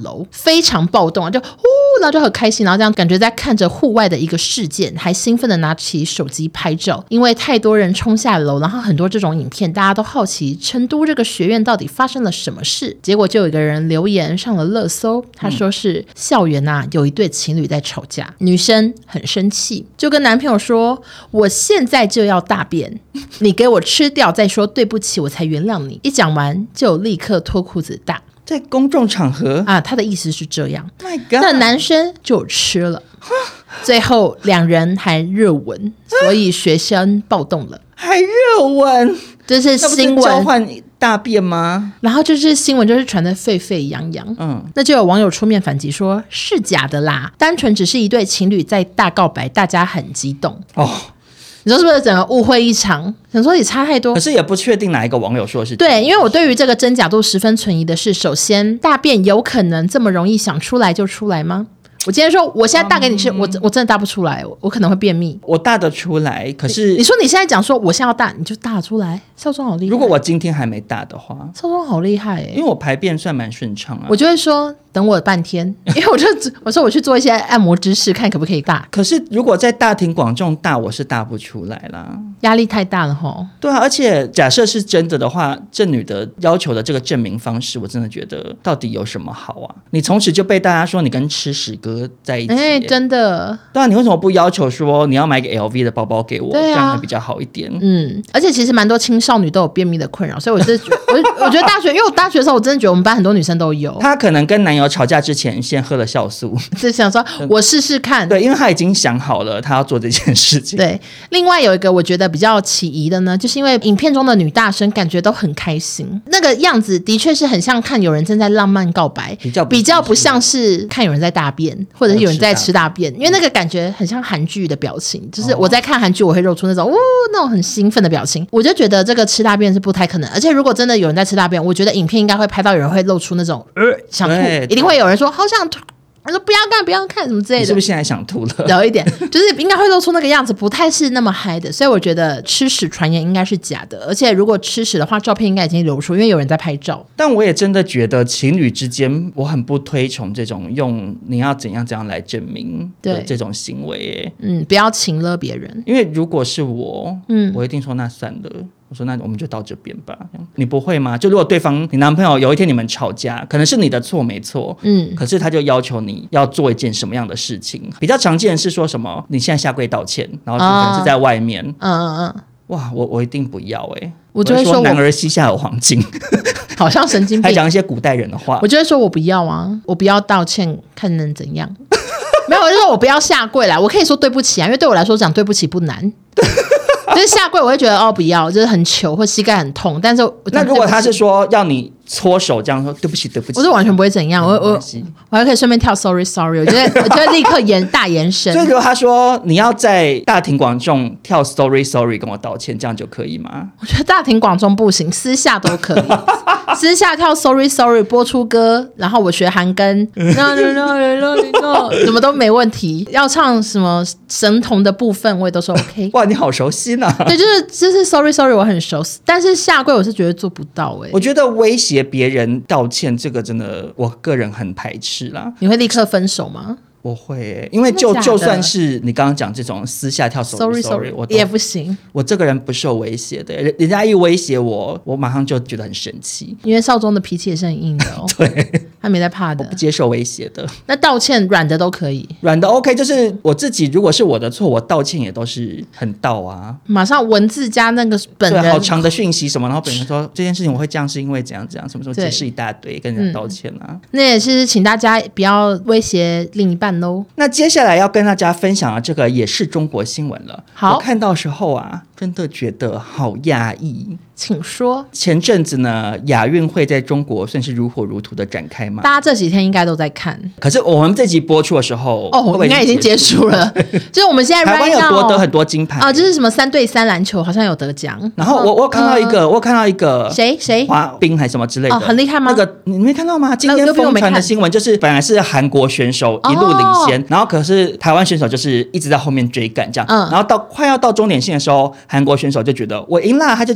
楼，非常暴动啊，就呼，然后就很开心，然后这样感觉在看着户外的一个事件，还兴奋的拿起手机拍照，因为太多人冲下楼，然后很多这种影片，大家都好奇成都这个学院到底发生了什么事。结果就有一个人留言上了热搜，他说是校园啊有一对情侣在吵架，女生很生气，就跟男朋友说我现在就要大便，你给我吃掉再说对不起我才原谅你。一讲完就立刻脱裤子大， 在公众场合啊，他的意思是这样。 My God， 那男生就吃了，最后两人还热吻，所以学生暴动了， 还热吻， 这是新闻， 那不是交换大便吗？ 然后就是新闻就是传得沸沸扬扬，嗯，那就有网友出面反击说是假的啦，单纯只是一对情侣在大告白，大家很激动哦。你说是不是整个误会一场？想说也差太多， 可是也不确定哪一个网友说的是对，因为我对于这个真假度十分存疑的是，首先大便有可能这么容易想出来就出来吗？我今天说我现在大给你吃，嗯、我我真的大不出来，我可能会便秘。 我大得出来，可是你, 你说你现在讲说我现在要大，你就大得出来，少庄好厉害。 如果我今天还没大的话， 少庄好厉害、欸， 因为我排便算蛮顺畅啊。 我就会说等我半天，因为我就我说我去做一些按摩姿势，看可不可以大。 可是如果在大庭广众大，我是大不出来啦， 压力太大了吼。 对啊，而且假设是真的的话，这女的要求的这个证明方式，我真的觉得到底有什么好啊？你从此就被大家说你跟吃屎哥在一起、欸。 真的， 对啊，你为什么不要求说你要买个 L V 的包包给我、啊、这样还比较好一点？ 嗯，而且其实蛮多青少女都有便秘的困扰，所以我是我我觉得大学，因为我大学的时候，我真的觉得我们班很多女生都有。 她可能跟男友吵架之前先喝了酵素， 是想说我试试看。 对，因为她已经想好了她要做这件事情。 对，另外有一个我觉得比较起疑的呢，就是因为影片中的女大生感觉都很开心，那个样子的确是很像看有人正在浪漫告白， 比较比较不像是看有人在大便，或者是有人在吃大便，因为那个感觉很像韩剧的表情，就是我在看韩剧我会露出那种哦那种很兴奋的表情，我就觉得这个吃大便是不太可能。而且如果真的有人在吃大便，我觉得影片应该会拍到有人会露出那种呃想吐，一定会有人说好想吐，他说不要看不要看什么之类的。 你是不是现在想吐了？ 有一点，就是应该会露出那个样子，不太是那么嗨的。所以我觉得吃屎传言应该是假的，而且如果吃屎的话，照片应该已经流出，因为有人在拍照。 但我也真的觉得情侣之间，我很不推崇这种用你要怎样怎样来证明的这种行为、欸。 嗯，不要情勒别人。 因为如果是我，嗯，我一定说那算了。我说那我们就到这边吧。你不会吗？就如果对方你男朋友有一天你们吵架，可能是你的错没错，嗯，可是他就要求你要做一件什么样的事情？比较常见的是说什么你现在下跪道歉，然后可能是在外面，嗯嗯嗯，哇，我我一定不要哎、欸， 我就会说男儿膝下有黄金， 好像神经病， 还讲一些古代人的话。 我就会说我不要啊，我不要道歉，看能怎样。没有，我就说我不要下跪啦，我可以说对不起啊，因为对我来说讲对不起不难。就是下跪我会觉得哦不要，就是很糗或膝盖很痛，但是那如果他是说要你搓手这样说对不起对不起， 我是完全不会怎样，我我我还可以顺便跳 sorry sorry， 我觉得我觉得立刻延大延伸。 所以如果他说你要在大庭广众跳 sorry sorry 跟我道歉，这样就可以吗？ 我觉得大庭广众不行，私下都可以。私下跳 sorry sorry 播出歌，然后我学韩庚 no no no no no 什么都没问题，要唱什么神童的部分我也都是 OK。 哇你好熟悉呢。 对，就是就是 sorry sorry 我很熟悉，但是下跪我是觉得做不到哎、欸。 我觉得威胁别人道歉这个真的我个人很排斥啦。 你会立刻分手吗？ 我会、欸，因为就就算是你刚刚讲这种私下跳 sorry sorry， 我也不行。我这个人不受威胁的，人家一威胁我，我马上就觉得很生气。 因为少宗的脾气也是很硬的哦。 对， 他没在怕的， 我不接受威胁的。 那道歉软的都可以， 软的 OK， 就是我自己如果是我的错，我道歉也都是很道啊。 马上文字加那个本人， 对，好长的讯息什么，然后本人说这件事情我会这样是因为怎样怎样，什么时候解释一大堆，跟人家道歉啊、嗯。 那也是请大家不要威胁另一半喽。 那接下来要跟大家分享的这个也是中国新闻了。 好， 我看到时候啊，真的觉得好压抑。 请说。 前阵子呢，亚运会在中国算是如火如荼的展开嘛， 大家这几天应该都在看。 可是我们这集播出的时候， 哦，应该已经结束了。就是我们现在 right now, 台湾有夺得很多金牌啊、呃，就是什么三对三篮球好像有得奖。 然后我我看到一个，呃、我看到一个谁谁滑冰还是什么之类的， 哦，很厉害吗？ 那个你没看到吗？今天疯传的新闻就是本来是韩国选手一路领先，哦、然后可是台湾选手就是一直在后面追赶这样，嗯、然后到快要到终点线的时候，韩国选手就觉得我赢啦，他就这样举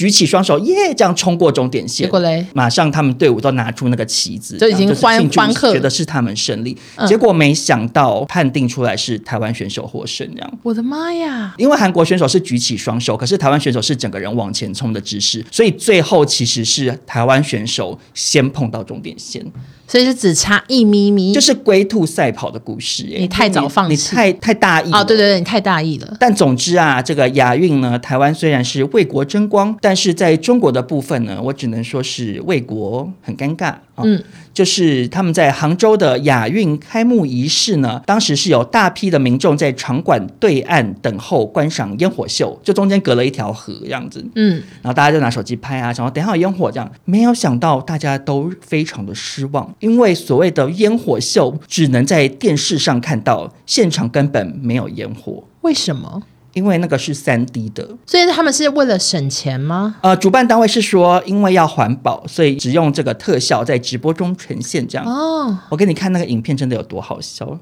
举起双手耶这样冲过终点线， 结果嘞马上他们队伍都拿出那个旗子， 就已经欢欢贺， 觉得是他们胜利、嗯、结果没想到判定出来是台湾选手获胜这样。 我的妈呀， 因为韩国选手是举起双手，可是台湾选手是整个人往前冲的姿势，所以最后其实是台湾选手先碰到终点线， 所以是只差一咪咪， 就是龟兔赛跑的故事、欸、 你太早放弃， 你, 你太太大意了、 哦、对对对，你太大意了。 但总之啊，这个亚运呢，台湾虽然是为国争光，但是在中国的部分呢，我只能说是为国很尴尬、哦、嗯，就是他们在杭州的亚运开幕仪式呢，当时是有大批的民众在场馆对岸等候观赏烟火秀，就中间隔了一条河这样子，嗯，然后大家就拿手机拍啊，想说等一下有烟火这样，没有想到大家都非常的失望，因为所谓的烟火秀只能在电视上看到，现场根本没有烟火。 为什么？ 因为那个是 三 D 的， 所以他们是为了省钱吗？ 呃，主办单位是说因为要环保，所以只用这个特效在直播中呈现这样。哦，我给你看那个影片真的有多好笑。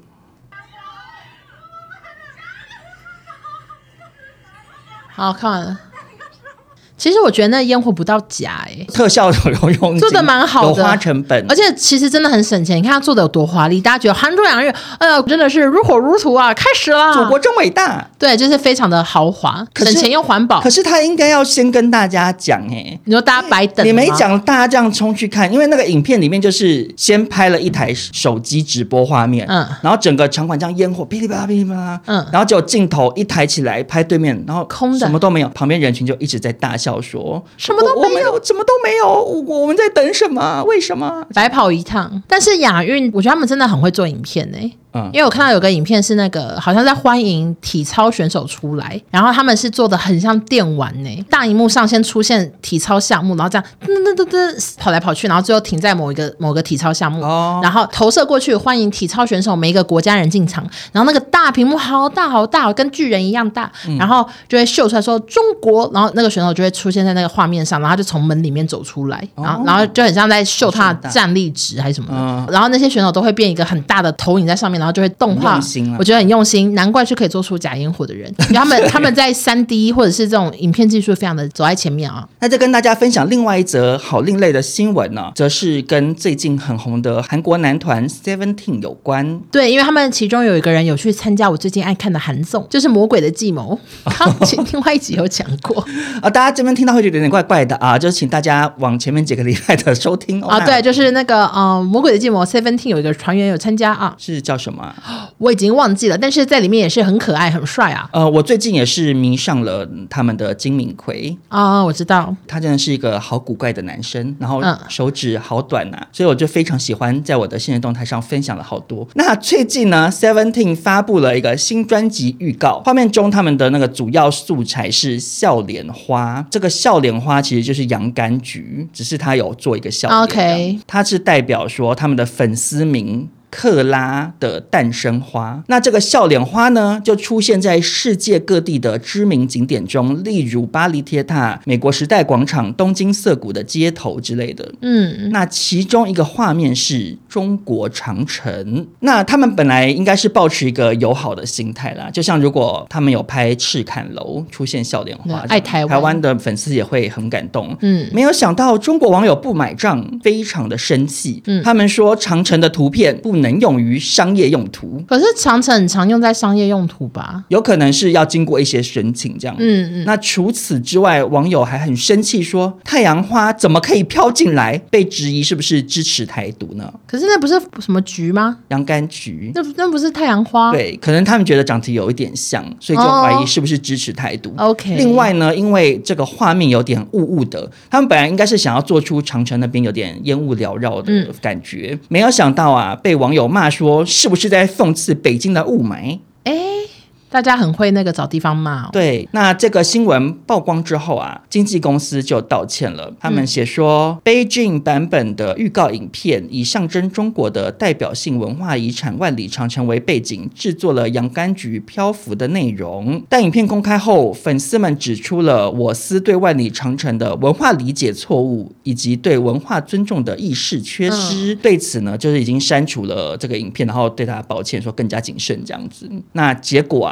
好，看完了。其实我觉得那烟火不到假哎、欸， 特效有用心， 做的蛮好的， 有花成本， 而且其实真的很省钱。你看它做的有多华丽，大家觉得杭州亚运，哎呀，真的是如火如荼啊，开始了， 祖国真伟大。对， 就是非常的豪华，省钱又环保。 可是他应该要先跟大家讲哎、欸， 你说大家白等， 你没讲，大家这样冲去看，因为那个影片里面就是先拍了一台手机直播画面，嗯，然后整个场馆这样烟火噼里啪啦噼里啪啦，嗯，然后结果镜头一抬起来拍对面，然后空的， 什么都没有，旁边人群就一直在大笑说。 什么都没有， 什么都没有，我们在等什么？为什么？ 白跑一趟。但是亚运，我觉得他们真的很会做影片呢、欸。嗯，因为我看到有个影片是那个好像在欢迎体操选手出来，然后他们是做的很像电玩呢、欸，大荧幕上先出现体操项目，然后这样噔噔噔噔跑来跑去，然后最后停在某一个某个体操项目、哦，然后投射过去欢迎体操选手每一个国家人进场，然后那个大屏幕好大好大，跟巨人一样大，嗯、然后就会秀出来说中国，然后那个选手就会出现在那个画面上，然后他就从门里面走出来，然后、哦、然后就很像在秀他的战力值还是什么的、嗯，然后那些选手都会变一个很大的投影在上面。然后就会动画，我觉得很用心，难怪是可以做出假烟火的人。他们他们在 三 D 或者是这种影片技术非常的走在前面啊。 那再跟大家分享另外一则好另类的新闻呢、啊，则是跟最近很红的韩国男团 Seventeen 有关。 对，因为他们其中有一个人有去参加我最近爱看的韩综，就是《魔鬼的计谋》，刚另外一集有讲过啊。大家这边听到会觉得有点怪怪的啊，就请大家往前面几个礼拜的收听哦。 啊，对，就是那个呃，《魔鬼的计谋》Seventeen 有一个团员有参加啊， 是叫什么、啊？ 我已经忘记了，但是在里面也是很可爱很帅啊。 呃，我最近也是迷上了他们的金敏奎啊、哦，我知道他真的是一个好古怪的男生，然后手指好短啊、嗯、所以我就非常喜欢在我的现实动态上分享了好多。那最近呢 Seventeen 发布了一个新专辑预告，画面中他们的那个主要素材是笑脸花，这个笑脸花其实就是洋甘菊，只是他有做一个笑脸， OK， 它是代表说他们的粉丝名克拉的诞生花。那这个笑脸花呢，就出现在世界各地的知名景点中，例如巴黎铁塔、美国时代广场、东京涩谷的街头之类的。嗯，那其中一个画面是中国长城。那他们本来应该是抱持一个友好的心态啦，就像如果他们有拍赤坎楼出现笑脸花， 爱台湾， 台湾的粉丝也会很感动。嗯，没有想到中国网友不买账，非常的生气。嗯，他们说长城的图片不能用于商业用途。 可是长城很常用在商业用途吧？ 有可能是要经过一些申请这样。嗯嗯。那除此之外，网友还很生气说，太阳花怎么可以飘进来？被质疑是不是支持台独呢？ 可是那不是什么菊吗？ 洋甘菊。 那那不是太阳花？ 对，可能他们觉得长得有一点像，所以就怀疑是不是支持台独。 哦、OK。 另外呢，因为这个画面有点雾雾的，他们本来应该是想要做出长城那边有点烟雾缭绕的感觉，嗯、没有想到啊，被网友骂说是不是在讽刺北京的雾霾？ 哎，大家很会那个找地方骂哦。 对，那这个新闻曝光之后啊，经纪公司就道歉了。他们写说、嗯、Beijing 版本的预告影片以象征中国的代表性文化遗产万里长城为背景，制作了洋甘菊漂浮的内容。但影片公开后，粉丝们指出了我司对万里长城的文化理解错误，以及对文化尊重的意识缺失。嗯、对此呢，就是已经删除了这个影片，然后对他抱歉，说更加谨慎这样子。那结果啊，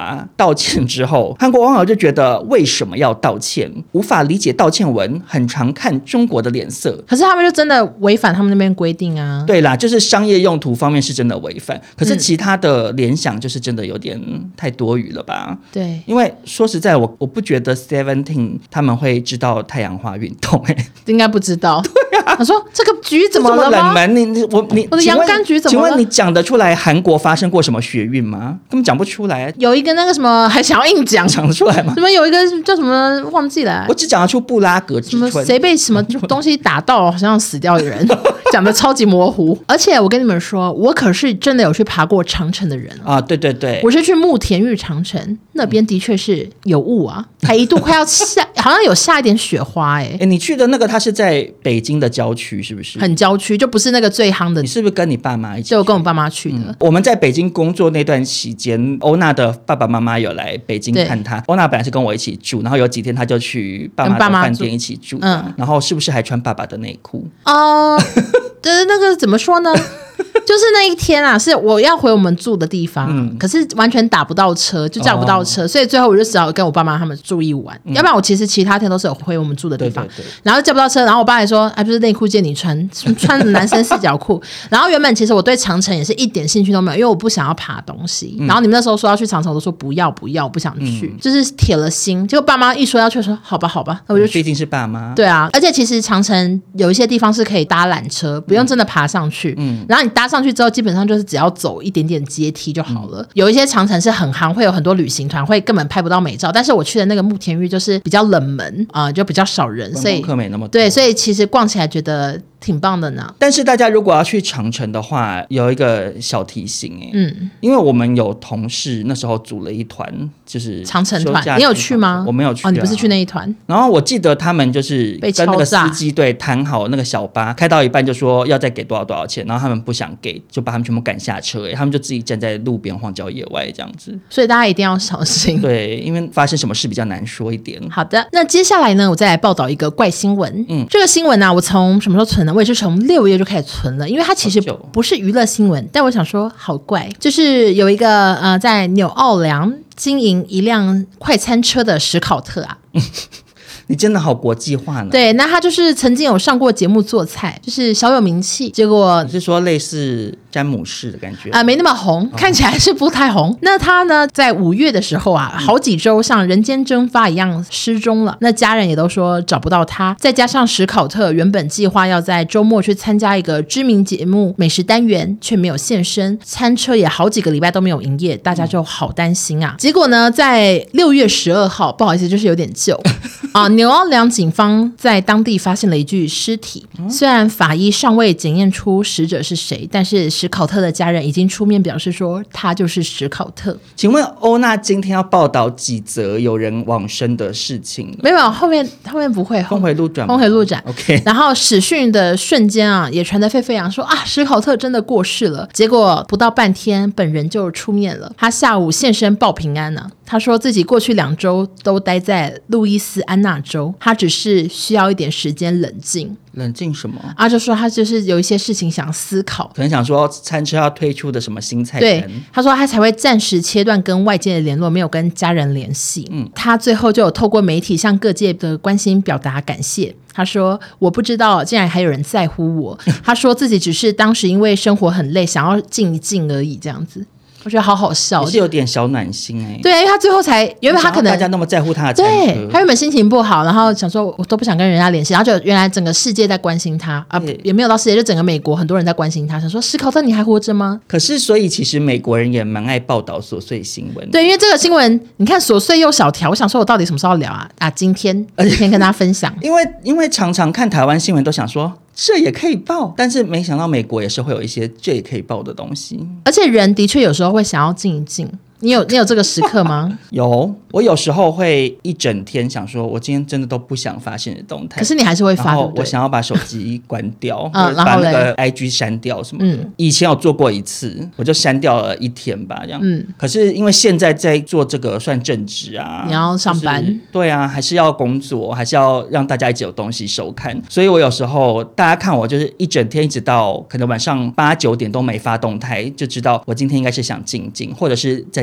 爸道歉之后，韩国网友就觉得为什么要道歉，无法理解道歉文，很常看中国的脸色。 可是他们就真的违反他们那边规定啊。 对啦，就是商业用途方面是真的违反，可是其他的联想就是真的有点太多余了吧。 对， 因为说实在，我我不觉得 Seventeen 他们会知道太阳花运动、欸、 应该不知道。对啊，他说这个局怎么了吗？ 这么冷门，你你我你我的洋甘菊怎么了？ 请问你讲得出来韩国发生过什么学运吗？根本讲不出来。 有一个那个什么还想要硬讲， 讲得出来吗？ 什么有一个叫什么忘记了， 我只讲得出布拉格之春， 什么谁被什么东西打到好像死掉的人讲得超级模糊。而且我跟你们说，我可是真的有去爬过长城的人啊！对对对， 我是去慕田峪长城，那边的确是有雾啊，还一度快要下好像有下一点雪花。哎、欸欸，你去的那个它是在北京的郊区是不是？ 很郊区，就不是那个最夯的。 你是不是跟你爸妈一起？ 就跟我爸妈去的、嗯。 我们在北京工作那段期间，欧娜的爸爸妈妈有来北京看她。欧娜本来是跟我一起住，然后有几天她就去爸妈的饭店一起住。嗯，然后是不是还穿爸爸的内裤？ 哦、呃，对，那个怎么说呢？就是那一天啊，是我要回我们住的地方、嗯，可是完全打不到车，就叫不到车、哦，所以最后我就只好跟我爸妈他们住一晚、嗯。要不然我其实其他天都是有回我们住的地方，对对对，然后叫不到车，然后我爸还说，哎，不是内裤借你穿，穿男生四角裤。然后原本其实我对长城也是一点兴趣都没有，因为我不想要爬东西。嗯、然后你们那时候说要去长城，我都说不要不要，不想去，嗯、就是铁了心。结果爸妈一说要去，说好吧好吧，那我就去。 毕竟是爸妈。 对啊，而且其实长城有一些地方是可以搭缆车，不用真的爬上去。嗯，然后你搭上去之后，基本上就是只要走一点点阶梯就好了。嗯、有一些长城是很夯，会有很多旅行团，会根本拍不到美照。但是我去的那个慕田峪就是比较冷门啊、呃，就比较少人，所以客没那么多。 对，所以其实逛起来觉得挺棒的呢。 但是大家如果要去长城的话，有一个小提醒哎、欸，嗯，因为我们有同事那时候组了一团，就是长城团，你有去吗？ 我没有去、啊， 哦，你不是去那一团。 然后我记得他们就是跟那个司机对谈好，那个小巴开到一半就说要再给多少多少钱，然后他们不想给，就把他们全部赶下车、欸，他们就自己站在路边荒郊野外这样子。 所以大家一定要小心， 对，因为发生什么事比较难说一点。 好的，那接下来呢，我再来报道一个怪新闻。嗯，这个新闻呢、啊，我从什么时候存的？我也是从六月就开始存了，因为它其实不是娱乐新闻，但我想说好怪，就是有一个呃，在纽奥良经营一辆快餐车的史考特啊。 你真的好国际化呢。 对，那他就是曾经有上过节目做菜，就是小有名气，结果你是说类似詹姆士的感觉啊、呃，没那么红、哦，看起来是不太红。那他呢，在五月的时候啊，好几周像人间蒸发一样失踪了，那家人也都说找不到他。再加上史考特原本计划要在周末去参加一个知名节目美食单元，却没有现身，餐车也好几个礼拜都没有营业，大家就好担心啊。结果呢，在六月十二号，不好意思，就是有点旧啊。纽奥良警方在当地发现了一具尸体，虽然法医尚未检验出死者是谁，但是史考特的家人已经出面表示说他就是史考特。 请问欧娜今天要报道几则有人往生的事情？ 没有，后面后面不会， 峰回路转， 峰回路转。 OK， 然后死讯的瞬间啊，也传得沸沸扬，说啊，史考特真的过世了。结果不到半天，本人就出面了，他下午现身报平安呢、啊。他说自己过去两周都待在路易斯安那州，他只是需要一点时间冷静。 冷静什么啊？就说他就是有一些事情想思考， 可能想说餐车要推出的什么新菜单。 对，他说他才会暂时切断跟外界的联络，没有跟家人联系。嗯，他最后就有透过媒体向各界的关心表达感谢。他说我不知道竟然还有人在乎我。他说自己只是当时因为生活很累，想要静一静而已，这样子。我觉得好好笑， 也是有点小暖心哎、欸。 对，因为他最后才，原本他可能大家那么在乎他的餐车， 对，他原本心情不好，然后想说我都不想跟人家联系，然后就原来整个世界在关心他啊，也没有到世界，就整个美国很多人在关心他，想说史考特你还活着吗？ 可是所以其实美国人也蛮爱报道琐碎新闻， 对，因为这个新闻你看琐碎又小条，我想说我到底什么时候聊啊啊，今天今天跟大家分享， 因为因为常常看台湾新闻都想说。这也可以报，但是没想到美国也是会有一些这也可以报的东西， 而且人的确有时候会想要静一静。你有你有这个时刻吗？ 有，我有时候会一整天想说，我今天真的都不想发现的动态， 可是你还是会发， 然后我想要把手机关掉， 嗯， 或者把那个 I G 删掉什么的。嗯，以前有做过一次，我就删掉了一天吧，这样。嗯，可是因为现在在做这个算正职啊， 你要上班， 就是，对啊，还是要工作，还是要让大家一直有东西收看，所以我有时候大家看我就是一整天一直到可能晚上八九点都没发动态，就知道我今天应该是想静静，或者是在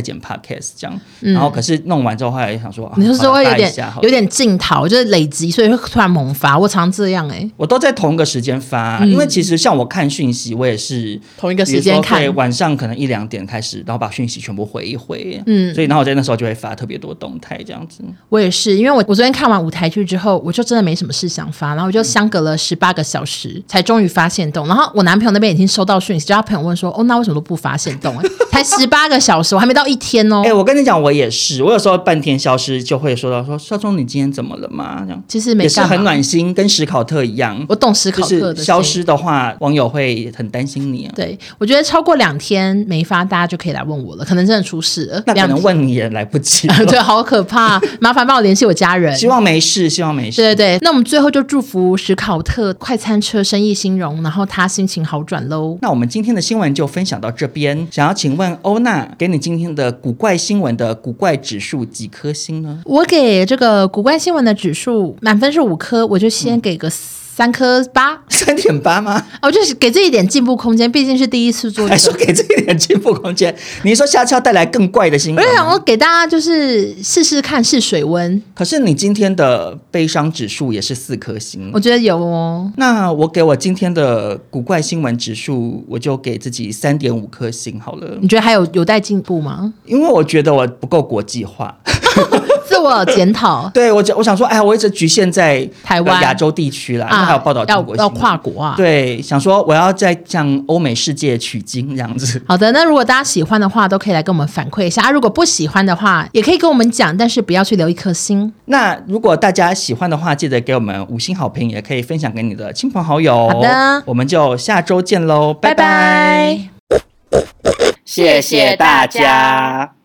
剪 podcast 这样、嗯、然后可是弄完之后后来想说、啊、 你是说会有点有点劲头，就是累积，所以会突然猛发。我常这样哎、欸， 我都在同一个时间发、嗯、因为其实像我看讯息我也是同一个时间看， 晚上可能一两点开始，然后把讯息全部回一回，嗯，所以然后我在那时候就会发特别多动态这样子。 我也是，因为我我昨天看完舞台剧之后，我就真的没什么事想发，然后我就相隔了十八个小时、嗯、才终于发限动，然后我男朋友那边已经收到讯息，就他朋友问说，哦，那为什么都不发限动、欸？才十八个小时，我还没到一天哦。 哎、欸，我跟你讲，我也是，我有时候半天消失就会说到说，少宗你今天怎么了吗？这样其实没干嘛， 也是很暖心，跟史考特一样。 我懂史考特的、 就是、消失的话，网友会很担心你、啊。 对，我觉得超过两天没发，大家就可以来问我了，可能真的出事了。 那可能问你也来不及了。 对，好可怕，麻烦帮我联系我家人。 希望没事，希望没事。 对对对，那我们最后就祝福史考特快餐车生意兴隆，然后他心情好转喽。 那我们今天的新闻就分享到这边，想要请问欧娜，给你今天的古怪新闻的古怪指数几颗星呢？ 我给这个古怪新闻的指数满分是五颗，我就先给个三颗八， 三点八吗？ 哦，就是给自己一点进步空间，毕竟是第一次做、這個。 还说给自己一点进步空间？你说下次要带来更怪的新闻？ 我就想说给大家就是试试看试水温。 可是你今天的悲伤指数也是四颗星， 我觉得有哦。 那我给我今天的古怪新闻指数，我就给自己三点五颗星好了。 你觉得还有有待进步吗？ 因为我觉得我不够国际化。 自我检讨。 对，我我想说，哎，我一直局限在台湾、 亚洲地区啦，因为还有报道中国新闻， 要要跨国啊。 对，想说我要再向欧美世界取经这样子。 好的，那如果大家喜欢的话，都可以来跟我们反馈一下啊。如果不喜欢的话，也可以跟我们讲，但是不要去留一颗星。 那如果大家喜欢的话，记得给我们五星好评，也可以分享给你的亲朋好友。 好的， 我们就下周见喽， 拜拜。 谢谢大家。